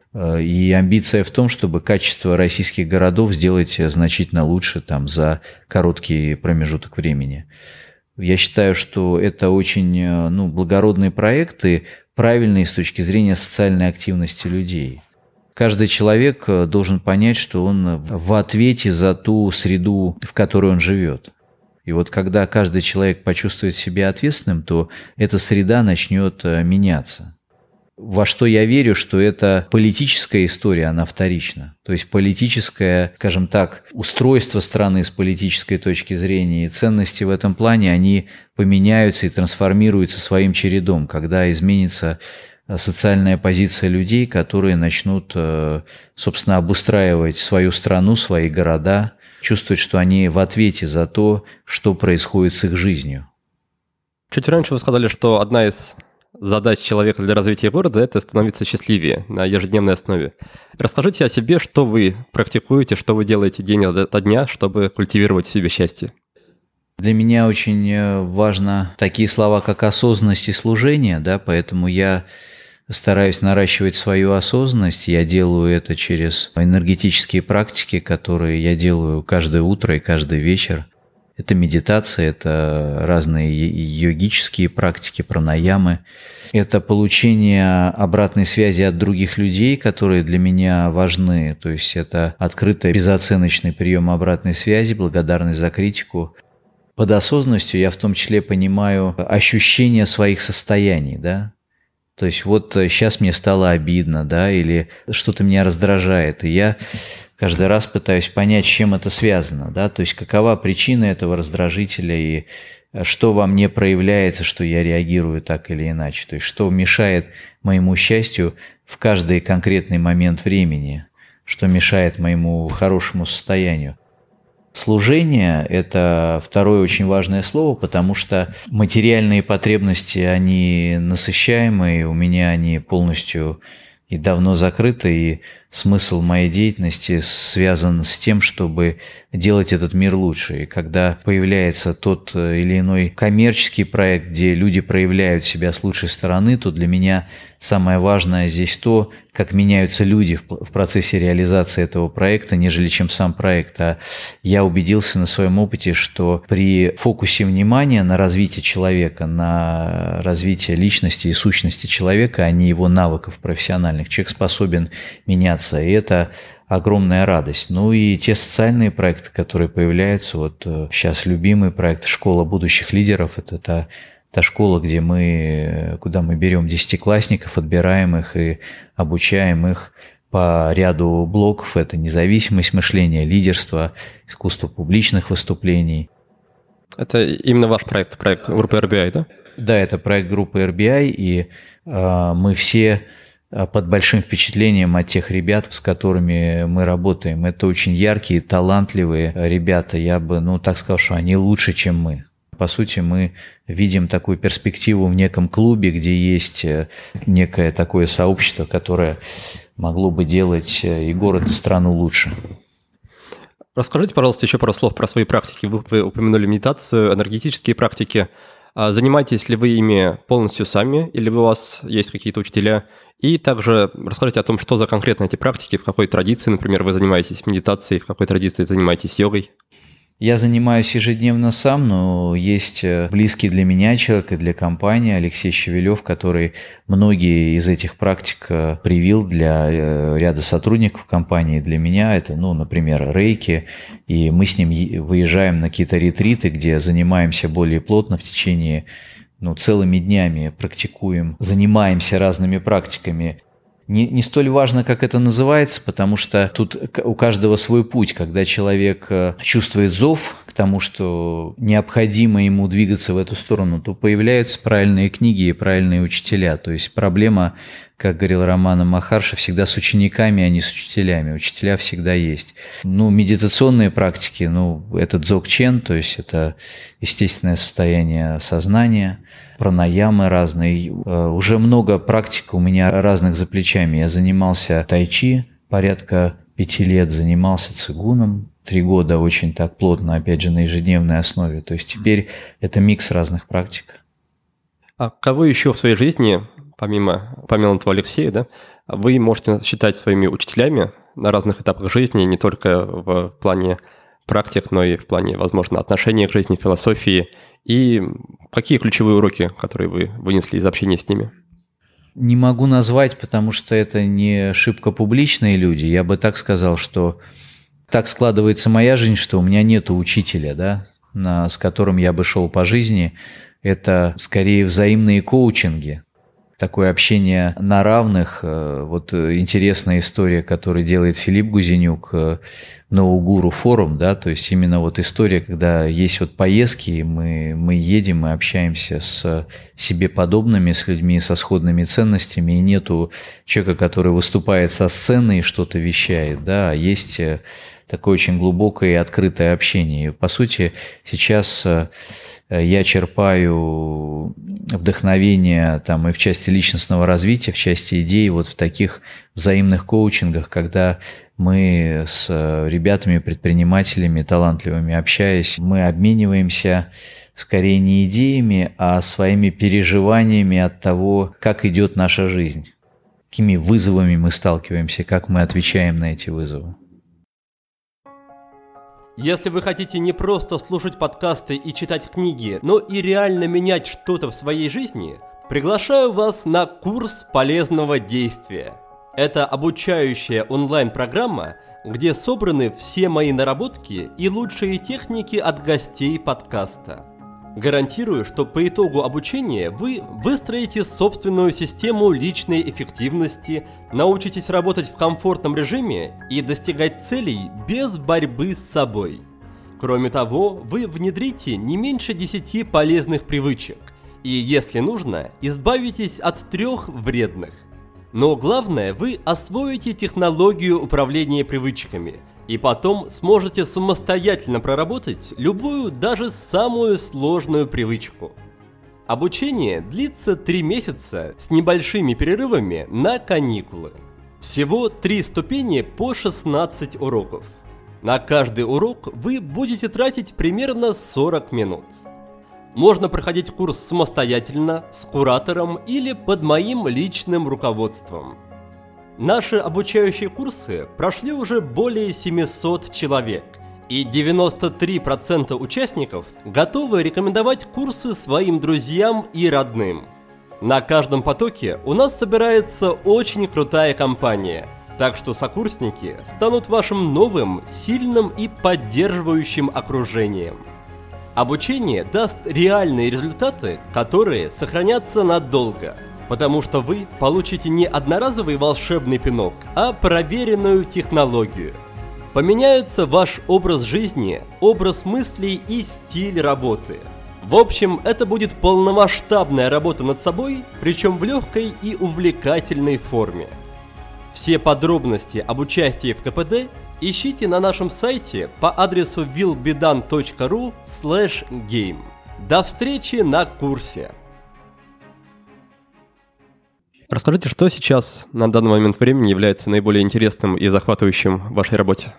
И амбиция в том, чтобы качество российских городов сделать значительно лучше за короткий промежуток времени. Я считаю, что это очень благородные проекты, правильные с точки зрения социальной активности людей. Каждый человек должен понять, что он в ответе за ту среду, в которой он живет. И когда каждый человек почувствует себя ответственным, то эта среда начнет меняться. Во что я верю, что это политическая история, она вторична. То есть политическое, скажем так, устройство страны с политической точки зрения и ценности в этом плане, они поменяются и трансформируются своим чередом, когда изменится социальная позиция людей, которые начнут, собственно, обустраивать свою страну, свои города, чувствовать, что они в ответе за то, что происходит с их жизнью. Чуть раньше вы сказали, что одна из задач человека для развития города – это становиться счастливее на ежедневной основе. Расскажите о себе, что вы практикуете, что вы делаете день ото дня, чтобы культивировать в себе счастье. Для меня очень важно такие слова, как осознанность и служение, поэтому я стараюсь наращивать свою осознанность. Я делаю это через энергетические практики, которые я делаю каждое утро и каждый вечер. Это медитация, это разные йогические практики, пранаямы. Это получение обратной связи от других людей, которые для меня важны. То есть это открытый, безоценочный прием обратной связи, благодарность за критику. Под осознанностью я в том числе понимаю ощущение своих состояний, То есть сейчас мне стало обидно, или что-то меня раздражает, и я каждый раз пытаюсь понять, с чем это связано, То есть какова причина этого раздражителя и что во мне проявляется, что я реагирую так или иначе, то есть что мешает моему счастью в каждый конкретный момент времени, что мешает моему хорошему состоянию. Служение – это второе очень важное слово, потому что материальные потребности, они насыщаемые, у меня они полностью и давно закрыты, и смысл моей деятельности связан с тем, чтобы делать этот мир лучше. И когда появляется тот или иной коммерческий проект, где люди проявляют себя с лучшей стороны, то для меня самое важное здесь то, как меняются люди в процессе реализации этого проекта, нежели чем сам проект. А я убедился на своем опыте, что при фокусе внимания на развитие человека, на развитие личности и сущности человека, а не его навыков профессиональных, человек способен меняться, и это огромная радость. Ну и те социальные проекты, которые появляются, вот сейчас любимый проект «Школа будущих лидеров», это та школа, куда мы берем десятиклассников, отбираем их и обучаем их по ряду блоков. Это независимость мышления, лидерство, искусство публичных выступлений. Это именно ваш проект группы RBI, да? Да, это проект группы RBI, и мы все под большим впечатлением от тех ребят, с которыми мы работаем. Это очень яркие, талантливые ребята. Я бы, так сказал, что они лучше, чем мы. По сути, мы видим такую перспективу в неком клубе, где есть некое такое сообщество, которое могло бы делать и город, и страну лучше. Расскажите, пожалуйста, еще пару слов про свои практики. Вы упомянули медитацию, энергетические практики. Занимаетесь ли вы ими полностью сами, или у вас есть какие-то учителя? И также расскажите о том, что за конкретно эти практики, в какой традиции, например, вы занимаетесь медитацией, в какой традиции занимаетесь йогой? Я занимаюсь ежедневно сам, но есть близкий для меня человек и для компании Алексей Щавелев, который многие из этих практик привил для ряда сотрудников компании. Для меня это, например, рейки, и мы с ним выезжаем на какие-то ретриты, где занимаемся более плотно в течение целыми днями, практикуем, занимаемся разными практиками. Не столь важно, как это называется, потому что тут у каждого свой путь. Когда человек чувствует зов к тому, что необходимо ему двигаться в эту сторону, то появляются правильные книги и правильные учителя. То есть проблема, как говорил Рамана Махарши, всегда с учениками, а не с учителями. Учителя всегда есть. Медитационные практики, это дзогчен, то есть это естественное состояние сознания, пранаямы разные. Уже много практик у меня разных за плечами. Я занимался тайчи порядка 5 лет, занимался цигуном 3 года очень так плотно, опять же, на ежедневной основе. То есть теперь это микс разных практик. А кого еще в своей жизни, помимо упомянутого Алексея, да, вы можете считать своими учителями на разных этапах жизни, не только в плане практик, но и в плане, возможно, отношения к жизни, философии? И какие ключевые уроки, которые вы вынесли из общения с ними? Не могу назвать, потому что это не шибко публичные люди. Я бы так сказал, что так складывается моя жизнь, что у меня нет учителя, да, с которым я бы шел по жизни. Это скорее взаимные коучинги. Такое общение на равных. Вот интересная история, которую делает Филипп Гузенюк, No Guru Forum, да, то есть именно вот история, когда есть вот поездки, мы едем, мы общаемся с себе подобными, с людьми со сходными ценностями, и нету человека, который выступает со сцены и что-то вещает, да, а есть такое очень глубокое и открытое общение. И, по сути, сейчас я черпаю вдохновение и в части личностного развития, в части идей, вот в таких взаимных коучингах, когда мы с ребятами, предпринимателями, талантливыми общаясь, мы обмениваемся скорее не идеями, а своими переживаниями от того, как идет наша жизнь, какими вызовами мы сталкиваемся, как мы отвечаем на эти вызовы. Если вы хотите не просто слушать подкасты и читать книги, но и реально менять что-то в своей жизни, приглашаю вас на курс полезного действия. Это обучающая онлайн-программа, где собраны все мои наработки и лучшие техники от гостей подкаста. Гарантирую, что по итогу обучения вы выстроите собственную систему личной эффективности, научитесь работать в комфортном режиме и достигать целей без борьбы с собой. Кроме того, вы внедрите не меньше 10 полезных привычек, и, если нужно, избавитесь от 3 вредных. Но главное, вы освоите технологию управления привычками, и потом сможете самостоятельно проработать любую, даже самую сложную привычку. Обучение длится 3 месяца с небольшими перерывами на каникулы. Всего 3 ступени по 16 уроков. На каждый урок вы будете тратить примерно 40 минут. Можно проходить курс самостоятельно, с куратором или под моим личным руководством. Наши обучающие курсы прошли уже более 700 человек, и 93% участников готовы рекомендовать курсы своим друзьям и родным. На каждом потоке у нас собирается очень крутая компания, так что сокурсники станут вашим новым, сильным и поддерживающим окружением. Обучение даст реальные результаты, которые сохранятся надолго, потому что вы получите не одноразовый волшебный пинок, а проверенную технологию. Поменяются ваш образ жизни, образ мыслей и стиль работы. В общем, это будет полномасштабная работа над собой, причем в легкой и увлекательной форме. Все подробности об участии в КПД ищите на нашем сайте по адресу willbedan.ru/game. До встречи на курсе! Расскажите, что сейчас на данный момент времени является наиболее интересным и захватывающим в вашей работе?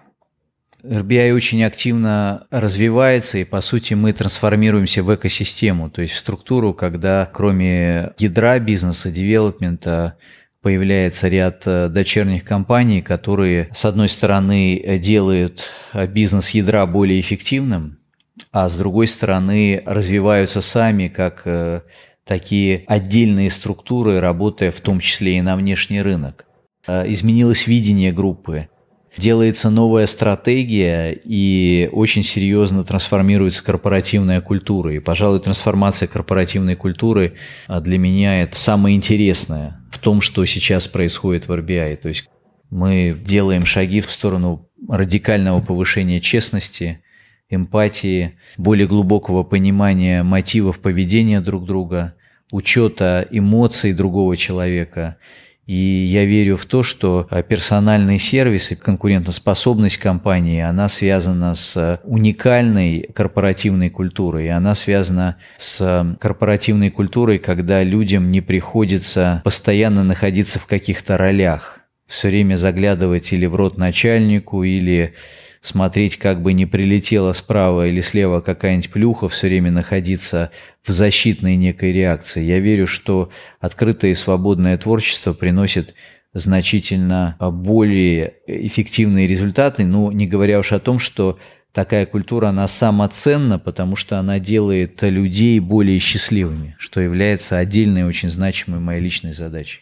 RBI очень активно развивается, и, по сути, мы трансформируемся в экосистему, то есть в структуру, когда кроме ядра бизнеса, девелопмента, появляется ряд дочерних компаний, которые, с одной стороны, делают бизнес ядра более эффективным, а с другой стороны, развиваются сами как такие отдельные структуры, работая в том числе и на внешний рынок. Изменилось видение группы, делается новая стратегия, и очень серьезно трансформируется корпоративная культура. И, пожалуй, трансформация корпоративной культуры для меня это самое интересное в том, что сейчас происходит в RBI. То есть мы делаем шаги в сторону радикального повышения честности, эмпатии, более глубокого понимания мотивов поведения друг друга, учета эмоций другого человека. И я верю в то, что персональный сервис и конкурентоспособность компании, она связана с уникальной корпоративной культурой. И она связана с корпоративной культурой, когда людям не приходится постоянно находиться в каких-то ролях. Все время заглядывать или в рот начальнику, или смотреть, как бы не прилетела справа или слева какая-нибудь плюха, все время находиться в защитной некой реакции. Я верю, что открытое и свободное творчество приносит значительно более эффективные результаты, но не говоря уж о том, что такая культура, она самоценна, потому что она делает людей более счастливыми, что является отдельной очень значимой моей личной задачей.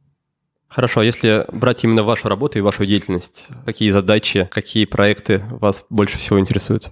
Хорошо, а если брать именно вашу работу и вашу деятельность, какие задачи, какие проекты вас больше всего интересуют?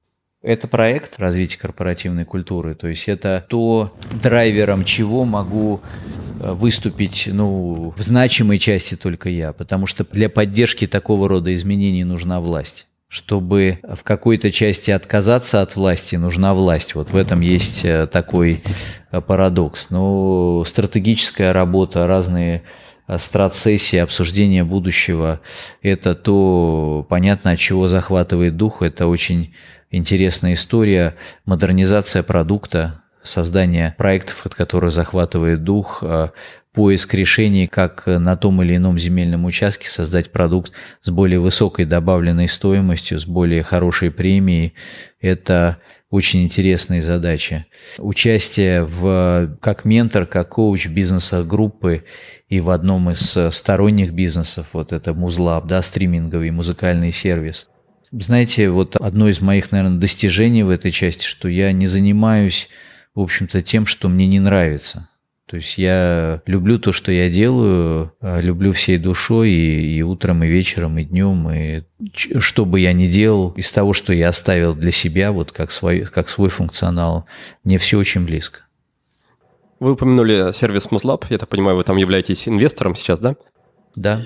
Это проект развития корпоративной культуры, то есть это то, драйвером чего могу выступить, в значимой части только я, потому что для поддержки такого рода изменений нужна власть. Чтобы в какой-то части отказаться от власти, нужна власть. Вот в этом есть такой парадокс. Но стратегическая работа, разные стратсессии, обсуждение будущего – это то, понятно, от чего захватывает дух. Это очень интересная история. Модернизация продукта, создание проектов, от которых захватывает дух, поиск решений, как на том или ином земельном участке создать продукт с более высокой добавленной стоимостью, с более хорошей премией. Это очень интересные задачи. Участие как ментор, как коуч бизнеса группы и в одном из сторонних бизнесов, вот это MuzLab, стриминговый музыкальный сервис. Знаете, вот одно из моих, наверное, достижений в этой части, что я не занимаюсь, в общем-то, тем, что мне не нравится. То есть я люблю то, что я делаю, люблю всей душой и утром, и вечером, и днем, и что бы я ни делал, из того, что я оставил для себя, вот как свой функционал, мне все очень близко. Вы упомянули сервис MuzLab, я так понимаю, вы там являетесь инвестором сейчас, да? Да.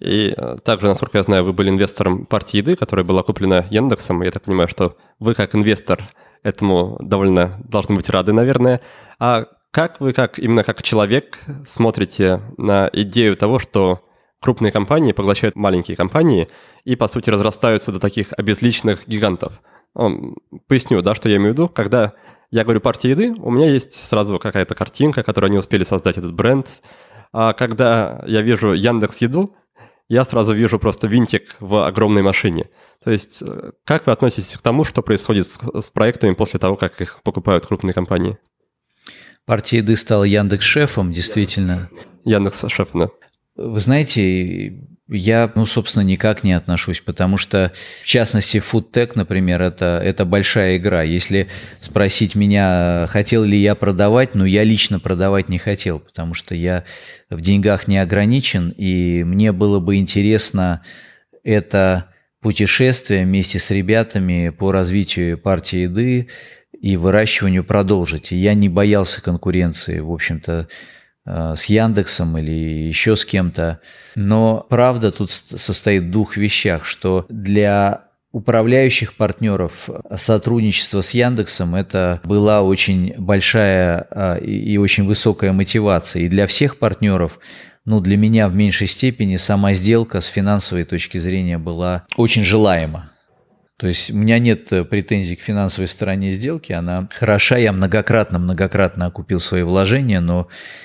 И также, насколько я знаю, вы были инвестором партии еды, которая была куплена Яндексом. Я так понимаю, что вы как инвестор этому довольно должны быть рады, наверное. А как вы, именно как человек, смотрите на идею того, что крупные компании поглощают маленькие компании и, по сути, разрастаются до таких обезличенных гигантов? Поясню, да, что я имею в виду. Когда я говорю партия еды, у меня есть сразу какая-то картинка, которую они успели создать этот бренд. А когда я вижу Яндекс.Еду, я сразу вижу просто винтик в огромной машине. То есть как вы относитесь к тому, что происходит с проектами после того, как их покупают крупные компании? Партия еды стала Яндекс.Шефом, действительно. Яндекс.Шеф, да. Вы знаете, я, собственно, никак не отношусь, потому что, в частности, фудтек, например, это большая игра. Если спросить меня, хотел ли я продавать, я лично продавать не хотел, потому что я в деньгах не ограничен, и мне было бы интересно это путешествие вместе с ребятами по развитию партии еды и выращиванию продолжить. И я не боялся конкуренции, в общем-то, с Яндексом или еще с кем-то. Но правда тут состоит в двух вещах, что для управляющих партнеров сотрудничество с Яндексом это была очень большая и очень высокая мотивация. И для всех партнеров, для меня в меньшей степени сама сделка с финансовой точки зрения была очень желаема. То есть у меня нет претензий к финансовой стороне сделки, она хороша, я многократно окупил свои вложения, но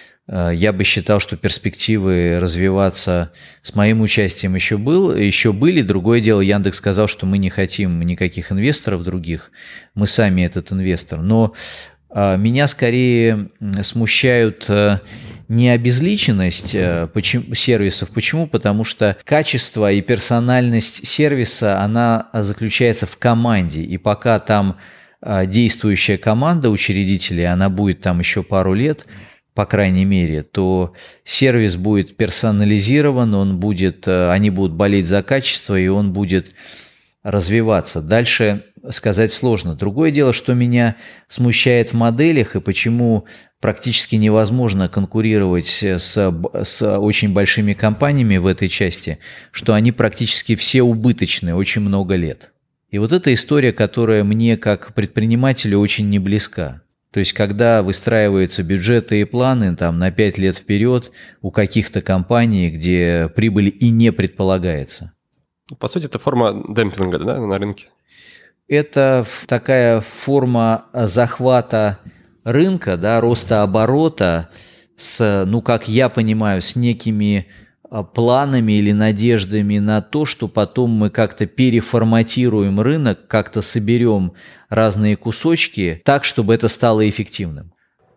я бы считал, что перспективы развиваться с моим участием еще были. Другое дело, Яндекс сказал, что мы не хотим никаких инвесторов других, мы сами этот инвестор. Но меня скорее смущают не обезличенность сервисов. Почему? Потому что качество и персональность сервиса, она заключается в команде. И пока там действующая команда учредителей, она будет там еще пару лет, по крайней мере, то сервис будет персонализирован, они будут болеть за качество, и он будет развиваться. Дальше сказать сложно. Другое дело, что меня смущает в моделях, и почему практически невозможно конкурировать с очень большими компаниями в этой части, что они практически все убыточные очень много лет. И вот эта история, которая мне как предпринимателю очень не близка. То есть, когда выстраиваются бюджеты и планы на 5 лет вперед у каких-то компаний, где прибыль и не предполагается. По сути, это форма демпинга, да, на рынке? Это такая форма захвата рынка, да, роста оборота как я понимаю, с некими планами или надеждами на то, что потом мы как-то переформатируем рынок, как-то соберем разные кусочки так, чтобы это стало эффективным.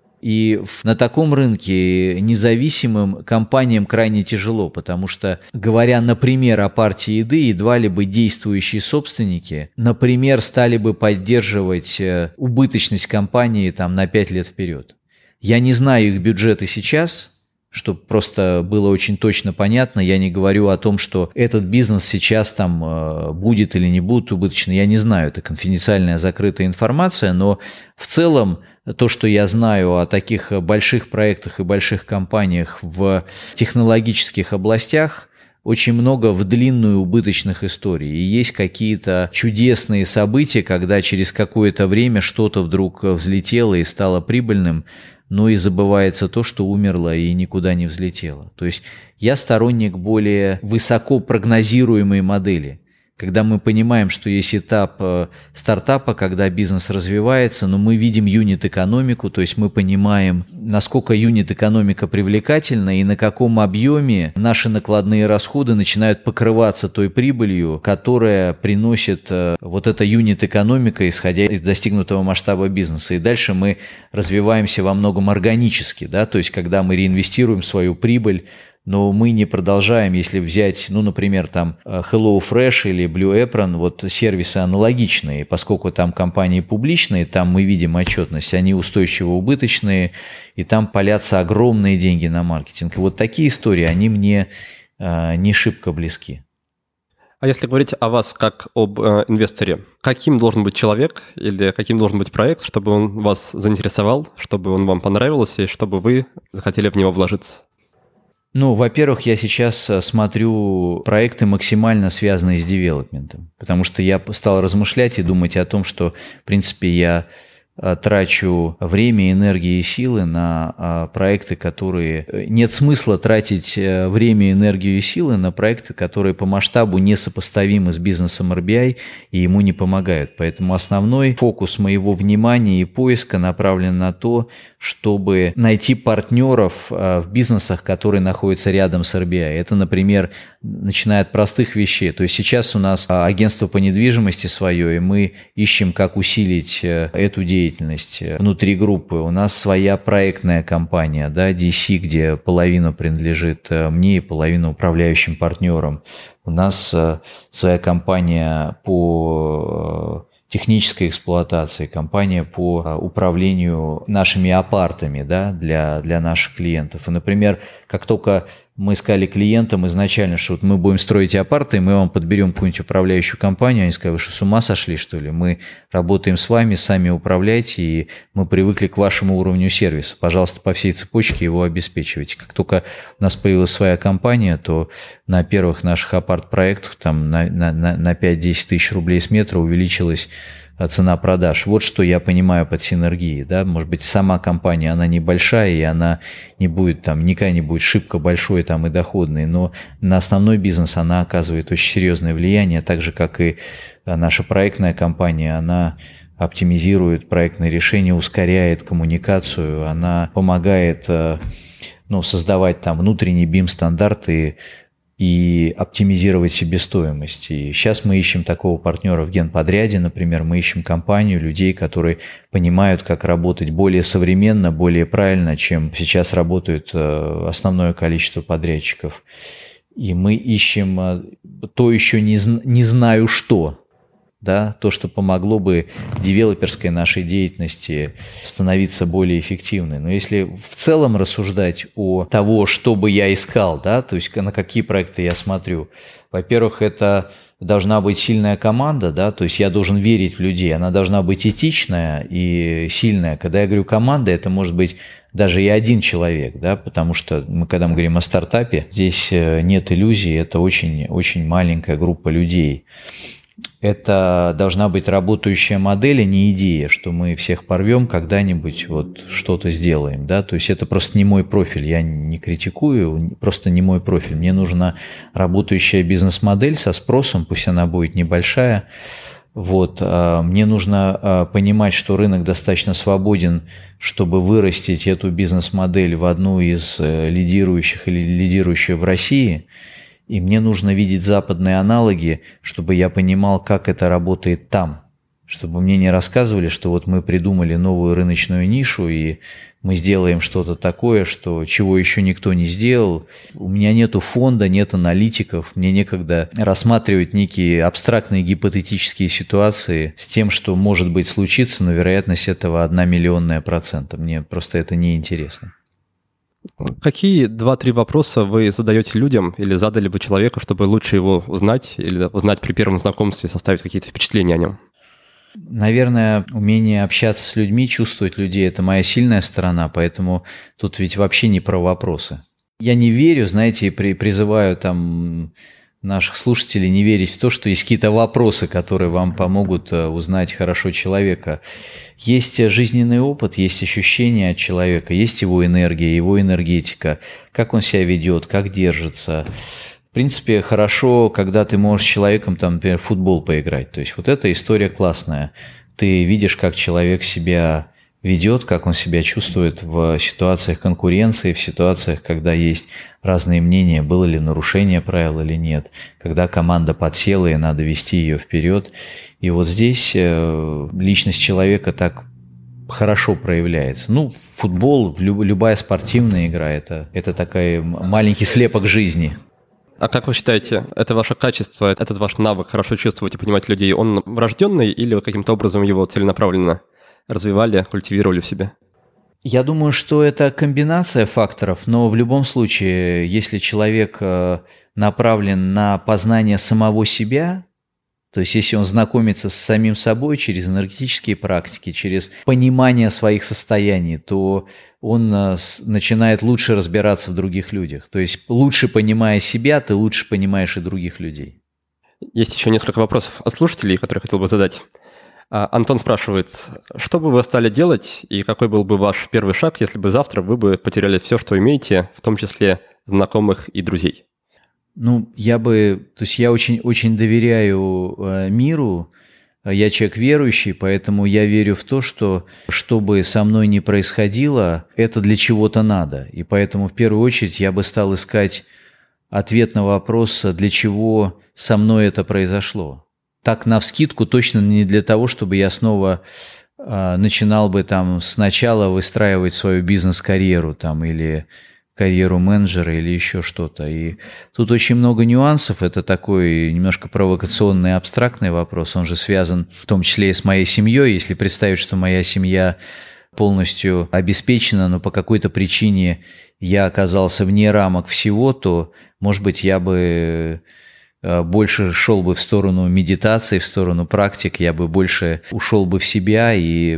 И на таком рынке независимым компаниям крайне тяжело, потому что, говоря, например, о партии еды, едва ли бы действующие собственники, например, стали бы поддерживать убыточность компании на 5 лет вперед. Я не знаю их бюджеты сейчас, чтобы просто было очень точно понятно, я не говорю о том, что этот бизнес сейчас будет или не будет убыточный, я не знаю, это конфиденциальная закрытая информация, но в целом то, что я знаю о таких больших проектах и больших компаниях в технологических областях, очень много в длинную убыточных историй. И есть какие-то чудесные события, когда через какое-то время что-то вдруг взлетело и стало прибыльным, но и забывается то, что умерло и никуда не взлетело. То есть я сторонник более высоко прогнозируемой модели, когда мы понимаем, что есть этап стартапа, когда бизнес развивается, но мы видим юнит-экономику, то есть мы понимаем, насколько юнит-экономика привлекательна и на каком объеме наши накладные расходы начинают покрываться той прибылью, которая приносит вот эта юнит-экономика, исходя из достигнутого масштаба бизнеса. И дальше мы развиваемся во многом органически, да, то есть когда мы реинвестируем свою прибыль, но мы не продолжаем, если взять, например, HelloFresh или Blue Apron, вот сервисы аналогичные, поскольку там компании публичные, там мы видим отчетность, они устойчиво убыточные, и там палятся огромные деньги на маркетинг. И вот такие истории, они мне не шибко близки. А если говорить о вас как об инвесторе, каким должен быть человек или каким должен быть проект, чтобы он вас заинтересовал, чтобы он вам понравился и чтобы вы захотели в него вложиться? Ну, во-первых, я сейчас смотрю проекты, максимально связанные с девелопментом, потому что я стал размышлять и думать о том, что, в принципе, я трачу время, энергию и силы на проекты, которые... Нет смысла тратить время, энергию и силы на проекты, которые по масштабу несопоставимы с бизнесом RBI и ему не помогают. Поэтому основной фокус моего внимания и поиска направлен на то, чтобы найти партнеров в бизнесах, которые находятся рядом с RBI. Это, например, начиная от простых вещей. То есть сейчас у нас агентство по недвижимости свое, и мы ищем, как усилить эту деятельность внутри группы. У нас своя проектная компания, да, DC, где половина принадлежит мне и половина управляющим партнерам. У нас своя компания по технической эксплуатации, компания по управлению нашими апартами, да, для наших клиентов. И, например, как только мы сказали клиентам изначально, что вот мы будем строить апарты, и мы вам подберем какую-нибудь управляющую компанию, они сказали: вы что, с ума сошли, что ли? Мы работаем с вами, сами управляйте, и мы привыкли к вашему уровню сервиса. Пожалуйста, по всей цепочке его обеспечивайте. Как только у нас появилась своя компания, то на первых наших апарт-проектах там на 5-10 тысяч рублей с метра увеличилась цена продаж. Вот что я понимаю под синергией. Да? Может быть, сама компания, она небольшая, и она не будет там, никогда не будет шибко большой там, и доходной, но на основной бизнес она оказывает очень серьезное влияние, так же, как и наша проектная компания, она оптимизирует проектные решения, ускоряет коммуникацию, она помогает создавать там внутренние BIM-стандарты и оптимизировать себестоимость. И сейчас мы ищем такого партнера в генподряде, например, мы ищем компанию, людей, которые понимают, как работать более современно, более правильно, чем сейчас работает основное количество подрядчиков. И мы ищем то еще не знаю что, да, то, что помогло бы девелоперской нашей деятельности становиться более эффективной. Но если в целом рассуждать о того, что бы я искал, да, то есть на какие проекты я смотрю, во-первых, это должна быть сильная команда, да, то есть я должен верить в людей, она должна быть этичная и сильная. Когда я говорю команда, это может быть даже и один человек, да, потому что когда мы говорим о стартапе, здесь нет иллюзий, это очень, очень маленькая группа людей. Это должна быть работающая модель, а не идея, что мы всех порвем, когда-нибудь вот что-то сделаем. Да? То есть это просто не мой профиль, я не критикую, просто не мой профиль. Мне нужна работающая бизнес-модель со спросом, пусть она будет небольшая. Вот. Мне нужно понимать, что рынок достаточно свободен, чтобы вырастить эту бизнес-модель в одну из лидирующих или лидирующую в России. И мне нужно видеть западные аналоги, чтобы я понимал, как это работает там. Чтобы мне не рассказывали, что вот мы придумали новую рыночную нишу, и мы сделаем что-то такое, чего еще никто не сделал. У меня нету фонда, нет аналитиков, мне некогда рассматривать некие абстрактные гипотетические ситуации с тем, что может быть случится, но вероятность этого 1/1,000,000%. Мне просто это неинтересно. Какие 2-3 вопроса вы задаете людям или задали бы человеку, чтобы лучше его узнать или узнать при первом знакомстве, составить какие-то впечатления о нем? Наверное, умение общаться с людьми, чувствовать людей – это моя сильная сторона, поэтому тут ведь вообще не про вопросы. Я не верю, знаете, и призываю там наших слушателей не верить в то, что есть какие-то вопросы, которые вам помогут узнать хорошо человека. Есть жизненный опыт, есть ощущения от человека, есть его энергия, его энергетика, как он себя ведет, как держится. В принципе, хорошо, когда ты можешь с человеком, там, например, в футбол поиграть. То есть вот эта история классная. Ты видишь, как человек себя ведет, как он себя чувствует в ситуациях конкуренции, в ситуациях, когда есть разные мнения, было ли нарушение правил или нет, когда команда подсела и надо вести ее вперед. И вот здесь личность человека так хорошо проявляется. Ну, футбол, любая спортивная игра – это такой маленький слепок жизни. А как вы считаете, это ваше качество, этот ваш навык хорошо чувствовать и понимать людей, он врожденный или вы каким-то образом его целенаправленно развивали, культивировали в себе? Я думаю, что это комбинация факторов, но в любом случае, если человек направлен на познание самого себя, То есть, если он знакомится с самим собой через энергетические практики, через понимание своих состояний, то он начинает лучше разбираться в других людях. То есть, лучше понимая себя, ты лучше понимаешь и других людей. Есть еще несколько вопросов от слушателей, которые хотел бы задать. Антон спрашивает, что бы вы стали делать и какой был бы ваш первый шаг, если бы завтра вы бы потеряли все, что имеете, в том числе знакомых и друзей? Я очень доверяю миру, я человек верующий, поэтому я верю в то, что бы со мной ни происходило, это для чего-то надо. И поэтому в первую очередь я бы стал искать ответ на вопрос, для чего со мной это произошло. Так навскидку точно не для того, чтобы я снова начинал бы сначала выстраивать свою бизнес-карьеру или карьеру менеджера или еще что-то. И тут очень много нюансов. Это такой немножко провокационный, абстрактный вопрос. Он же связан в том числе и с моей семьей. Если представить, что моя семья полностью обеспечена, но по какой-то причине я оказался вне рамок всего, то, может быть, я бы больше шел бы в сторону медитации, в сторону практик, я бы больше ушел бы в себя и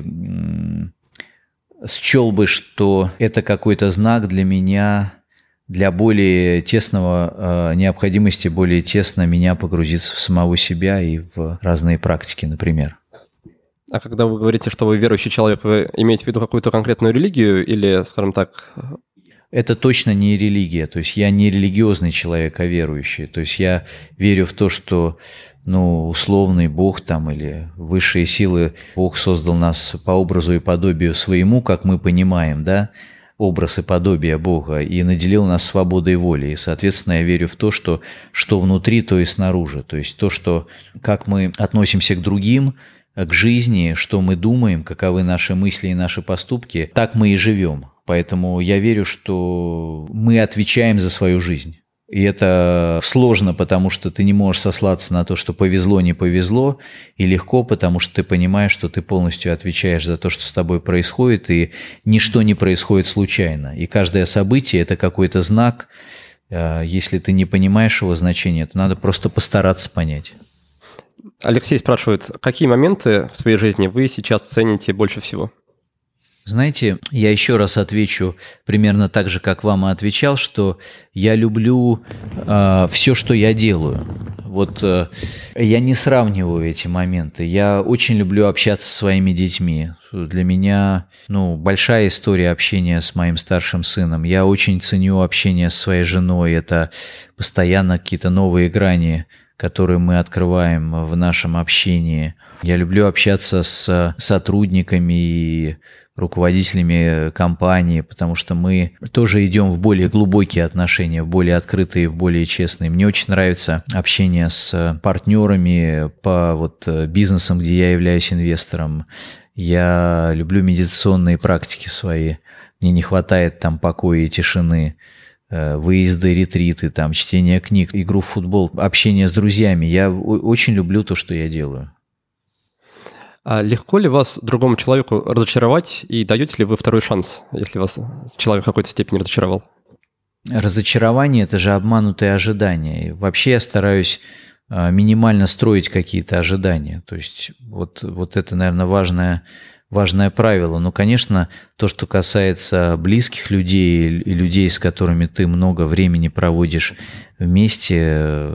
счел бы, что это какой-то знак для меня, для более тесного необходимости, более тесно меня погрузиться в самого себя и в разные практики, например. А когда вы говорите, что вы верующий человек, вы имеете в виду какую-то конкретную религию или, скажем так... Это точно не религия, то есть я не религиозный человек, а верующий. То есть я верю в то, что условный Бог или высшие силы, Бог создал нас по образу и подобию своему, как мы понимаем, да, образ и подобие Бога, и наделил нас свободой воли. И, соответственно, я верю в то, что внутри, то и снаружи. То есть то, как мы относимся к другим, к жизни, что мы думаем, каковы наши мысли и наши поступки, так мы и живем. Поэтому я верю, что мы отвечаем за свою жизнь. И это сложно, потому что ты не можешь сослаться на то, что повезло, не повезло, и легко, потому что ты понимаешь, что ты полностью отвечаешь за то, что с тобой происходит, и ничто не происходит случайно. И каждое событие – это какой-то знак. Если ты не понимаешь его значения, то надо просто постараться понять. Алексей спрашивает, какие моменты в своей жизни вы сейчас цените больше всего? Знаете, я еще раз отвечу примерно так же, как вам и отвечал, что я люблю все, что я делаю. Я не сравниваю эти моменты. Я очень люблю общаться со своими детьми. Для меня большая история общения с моим старшим сыном. Я очень ценю общение с своей женой. Это постоянно какие-то новые грани, которые мы открываем в нашем общении. Я люблю общаться с сотрудниками и руководителями компании, потому что мы тоже идем в более глубокие отношения, в более открытые, в более честные. Мне очень нравится общение с партнерами по бизнесам, где я являюсь инвестором. Я люблю медитационные практики свои. Мне не хватает покоя и тишины. Выезды, ретриты, чтение книг, игру в футбол, общение с друзьями. Я очень люблю то, что я делаю. А легко ли вас другому человеку разочаровать, и даете ли вы второй шанс, если вас человек в какой-то степени разочаровал? Разочарование – это же обманутые ожидания. И вообще я стараюсь минимально строить какие-то ожидания. То есть это, наверное, важное правило. Но, конечно, то, что касается близких людей и людей, с которыми ты много времени проводишь вместе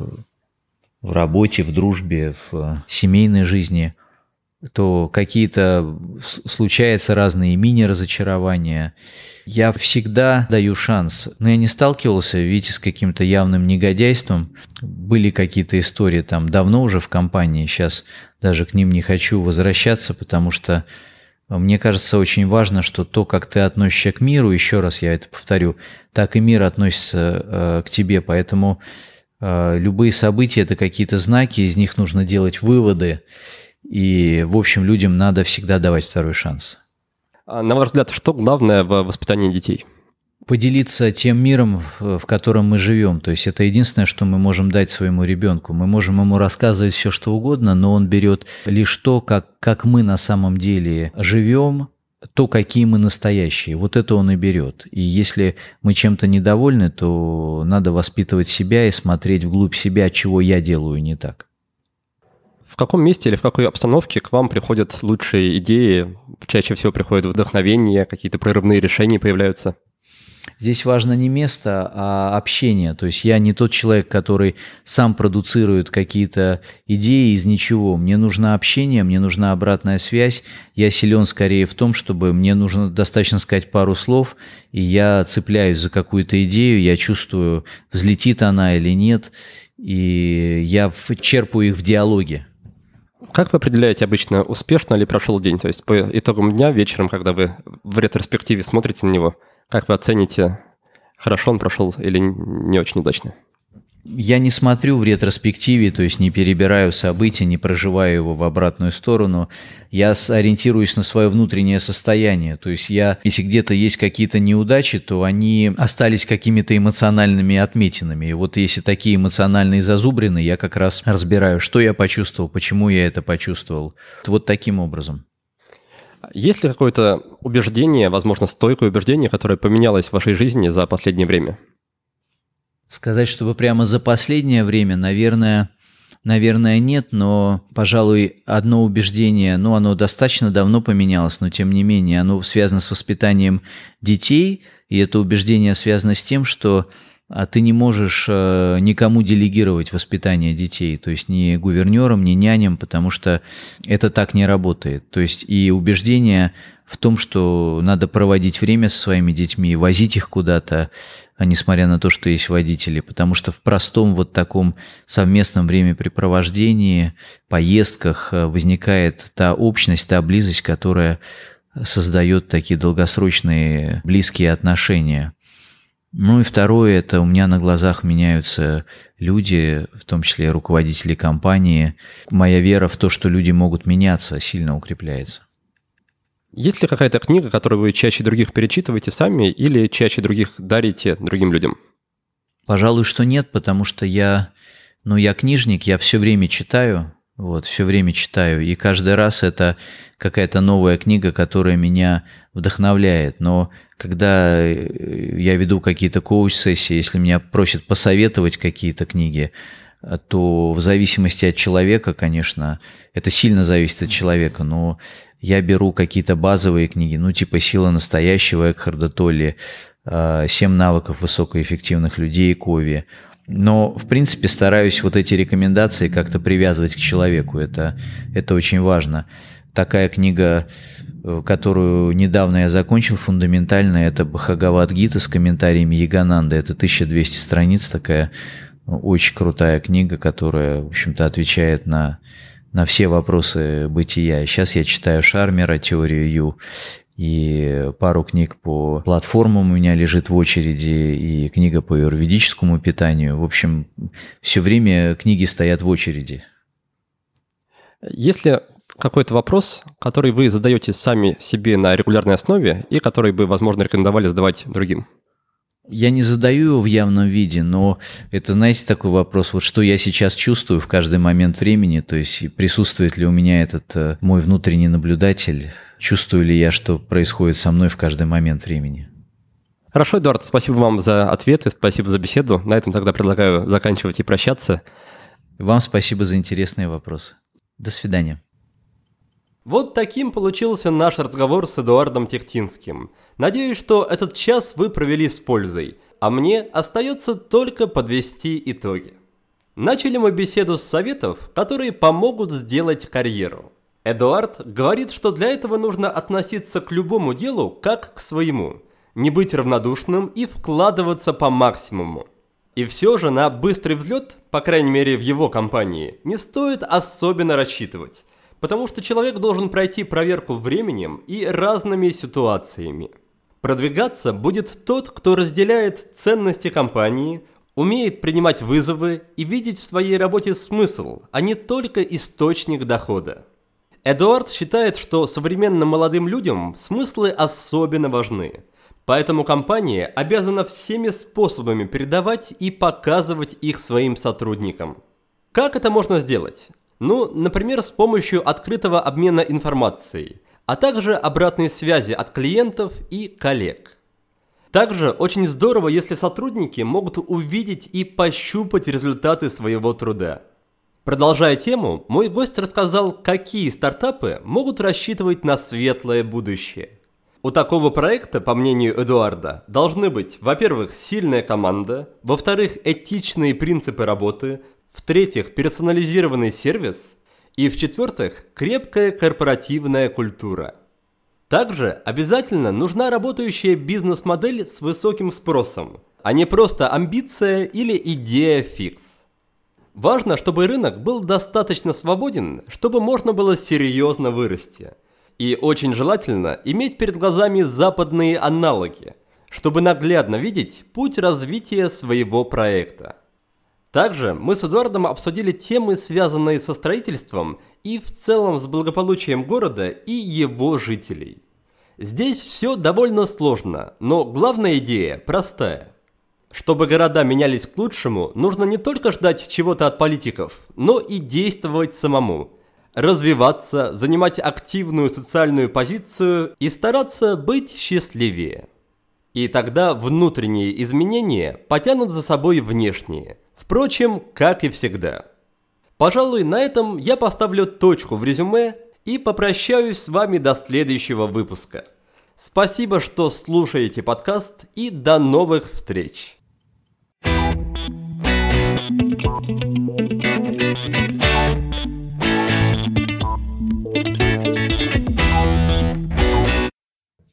в работе, в дружбе, в семейной жизни, то какие-то случаются разные мини-разочарования. Я всегда даю шанс. Но я не сталкивался, видите, с каким-то явным негодяйством. Были какие-то истории давно уже в компании. Сейчас даже к ним не хочу возвращаться, потому что мне кажется, очень важно, что то, как ты относишься к миру, еще раз я это повторю, так и мир относится к тебе. Поэтому любые события – это какие-то знаки, из них нужно делать выводы. И, в общем, людям надо всегда давать второй шанс. На ваш взгляд, что главное в воспитании детей? Поделиться тем миром, в котором мы живем. То есть это единственное, что мы можем дать своему ребенку. Мы можем ему рассказывать все, что угодно, но он берет лишь то, как мы на самом деле живем, то, какие мы настоящие. Это он и берет. И если мы чем-то недовольны, то надо воспитывать себя и смотреть вглубь себя, чего я делаю не так. В каком месте или в какой обстановке к вам приходят лучшие идеи? Чаще всего приходит вдохновение, какие-то прорывные решения появляются? Здесь важно не место, а общение. То есть я не тот человек, который сам продуцирует какие-то идеи из ничего. Мне нужно общение, мне нужна обратная связь. Я силен скорее в том, чтобы мне нужно достаточно сказать пару слов, и я цепляюсь за какую-то идею, я чувствую, взлетит она или нет, и я черпаю их в диалоге. Как вы определяете обычно, успешно ли прошел день? То есть по итогам дня, вечером, когда вы в ретроспективе смотрите на него, как вы оцените, хорошо он прошел или не очень удачно? Я не смотрю в ретроспективе, то есть не перебираю события, не проживаю его в обратную сторону. Я ориентируюсь на свое внутреннее состояние. То есть если где-то есть какие-то неудачи, то они остались какими-то эмоциональными отметинами. И вот если такие эмоциональные зазубрины, я как раз разбираю, что я почувствовал, почему я это почувствовал. Вот таким образом. Есть ли какое-то убеждение, возможно, стойкое убеждение, которое поменялось в вашей жизни за последнее время? Сказать, чтобы прямо за последнее время, наверное, нет, но, пожалуй, одно убеждение, оно достаточно давно поменялось, но тем не менее, оно связано с воспитанием детей, и это убеждение связано с тем, что ты не можешь никому делегировать воспитание детей, то есть ни гувернерам, ни няням, потому что это так не работает. То есть и убеждение в том, что надо проводить время со своими детьми, возить их куда-то, несмотря на то, что есть водители, потому что в простом вот таком совместном времяпрепровождении, поездках возникает та общность, та близость, которая создает такие долгосрочные близкие отношения. И второе, это у меня на глазах меняются люди, в том числе и руководители компании. Моя вера в то, что люди могут меняться, сильно укрепляется. Есть ли какая-то книга, которую вы чаще других перечитываете сами или чаще других дарите другим людям? Пожалуй, что нет, потому что я книжник, я все время читаю, и каждый раз это какая-то новая книга, которая меня вдохновляет. Но когда я веду какие-то коуч-сессии, если меня просят посоветовать какие-то книги, то в зависимости от человека, конечно, это сильно зависит от человека, но я беру какие-то базовые книги, типа «Сила настоящего» Экхарта Толле, «7 навыков высокоэффективных людей» Кови. Но, в принципе, стараюсь вот эти рекомендации как-то привязывать к человеку. Это очень важно. Такая книга, которую недавно я закончил, фундаментальная, это Бхагавад-гита с комментариями Йогананды. Это 1200 страниц, такая очень крутая книга, которая, в общем-то, отвечает на все вопросы бытия. Сейчас я читаю Шармера, теорию Ю, и пару книг по платформам у меня лежит в очереди, и книга по аюрведическому питанию. В общем, все время книги стоят в очереди. Есть ли какой-то вопрос, который вы задаете сами себе на регулярной основе и который бы, возможно, рекомендовали задавать другим? Я не задаю его в явном виде, но это, знаете, такой вопрос, вот что я сейчас чувствую в каждый момент времени, то есть присутствует ли у меня этот мой внутренний наблюдатель, чувствую ли я, что происходит со мной в каждый момент времени. Хорошо, Эдуард, спасибо вам за ответы, спасибо за беседу. На этом тогда предлагаю заканчивать и прощаться. Вам спасибо за интересные вопросы. До свидания. Вот таким получился наш разговор с Эдуардом Тихтинским. Надеюсь, что этот час вы провели с пользой, а мне остается только подвести итоги. Начали мы беседу с советов, которые помогут сделать карьеру. Эдуард говорит, что для этого нужно относиться к любому делу как к своему, не быть равнодушным и вкладываться по максимуму. И все же на быстрый взлет, по крайней мере в его компании, не стоит особенно рассчитывать. Потому что человек должен пройти проверку временем и разными ситуациями. Продвигаться будет тот, кто разделяет ценности компании, умеет принимать вызовы и видеть в своей работе смысл, а не только источник дохода. Эдуард считает, что современным молодым людям смыслы особенно важны. Поэтому компания обязана всеми способами передавать и показывать их своим сотрудникам. Как это можно сделать? Например, с помощью открытого обмена информацией, а также обратной связи от клиентов и коллег. Также очень здорово, если сотрудники могут увидеть и пощупать результаты своего труда. Продолжая тему, мой гость рассказал, какие стартапы могут рассчитывать на светлое будущее. У такого проекта, по мнению Эдуарда, должны быть, во-первых, сильная команда, во-вторых, этичные принципы работы, в-третьих, персонализированный сервис и, в-четвертых, крепкая корпоративная культура. Также обязательно нужна работающая бизнес-модель с высоким спросом, а не просто амбиция или идея фикс. Важно, чтобы рынок был достаточно свободен, чтобы можно было серьезно вырасти. И очень желательно иметь перед глазами западные аналоги, чтобы наглядно видеть путь развития своего проекта. Также мы с Эдуардом обсудили темы, связанные со строительством и в целом с благополучием города и его жителей. Здесь все довольно сложно, но главная идея простая. Чтобы города менялись к лучшему, нужно не только ждать чего-то от политиков, но и действовать самому. Развиваться, занимать активную социальную позицию и стараться быть счастливее. И тогда внутренние изменения потянут за собой внешние. Впрочем, как и всегда. Пожалуй, на этом я поставлю точку в резюме и попрощаюсь с вами до следующего выпуска. Спасибо, что слушаете подкаст, и до новых встреч!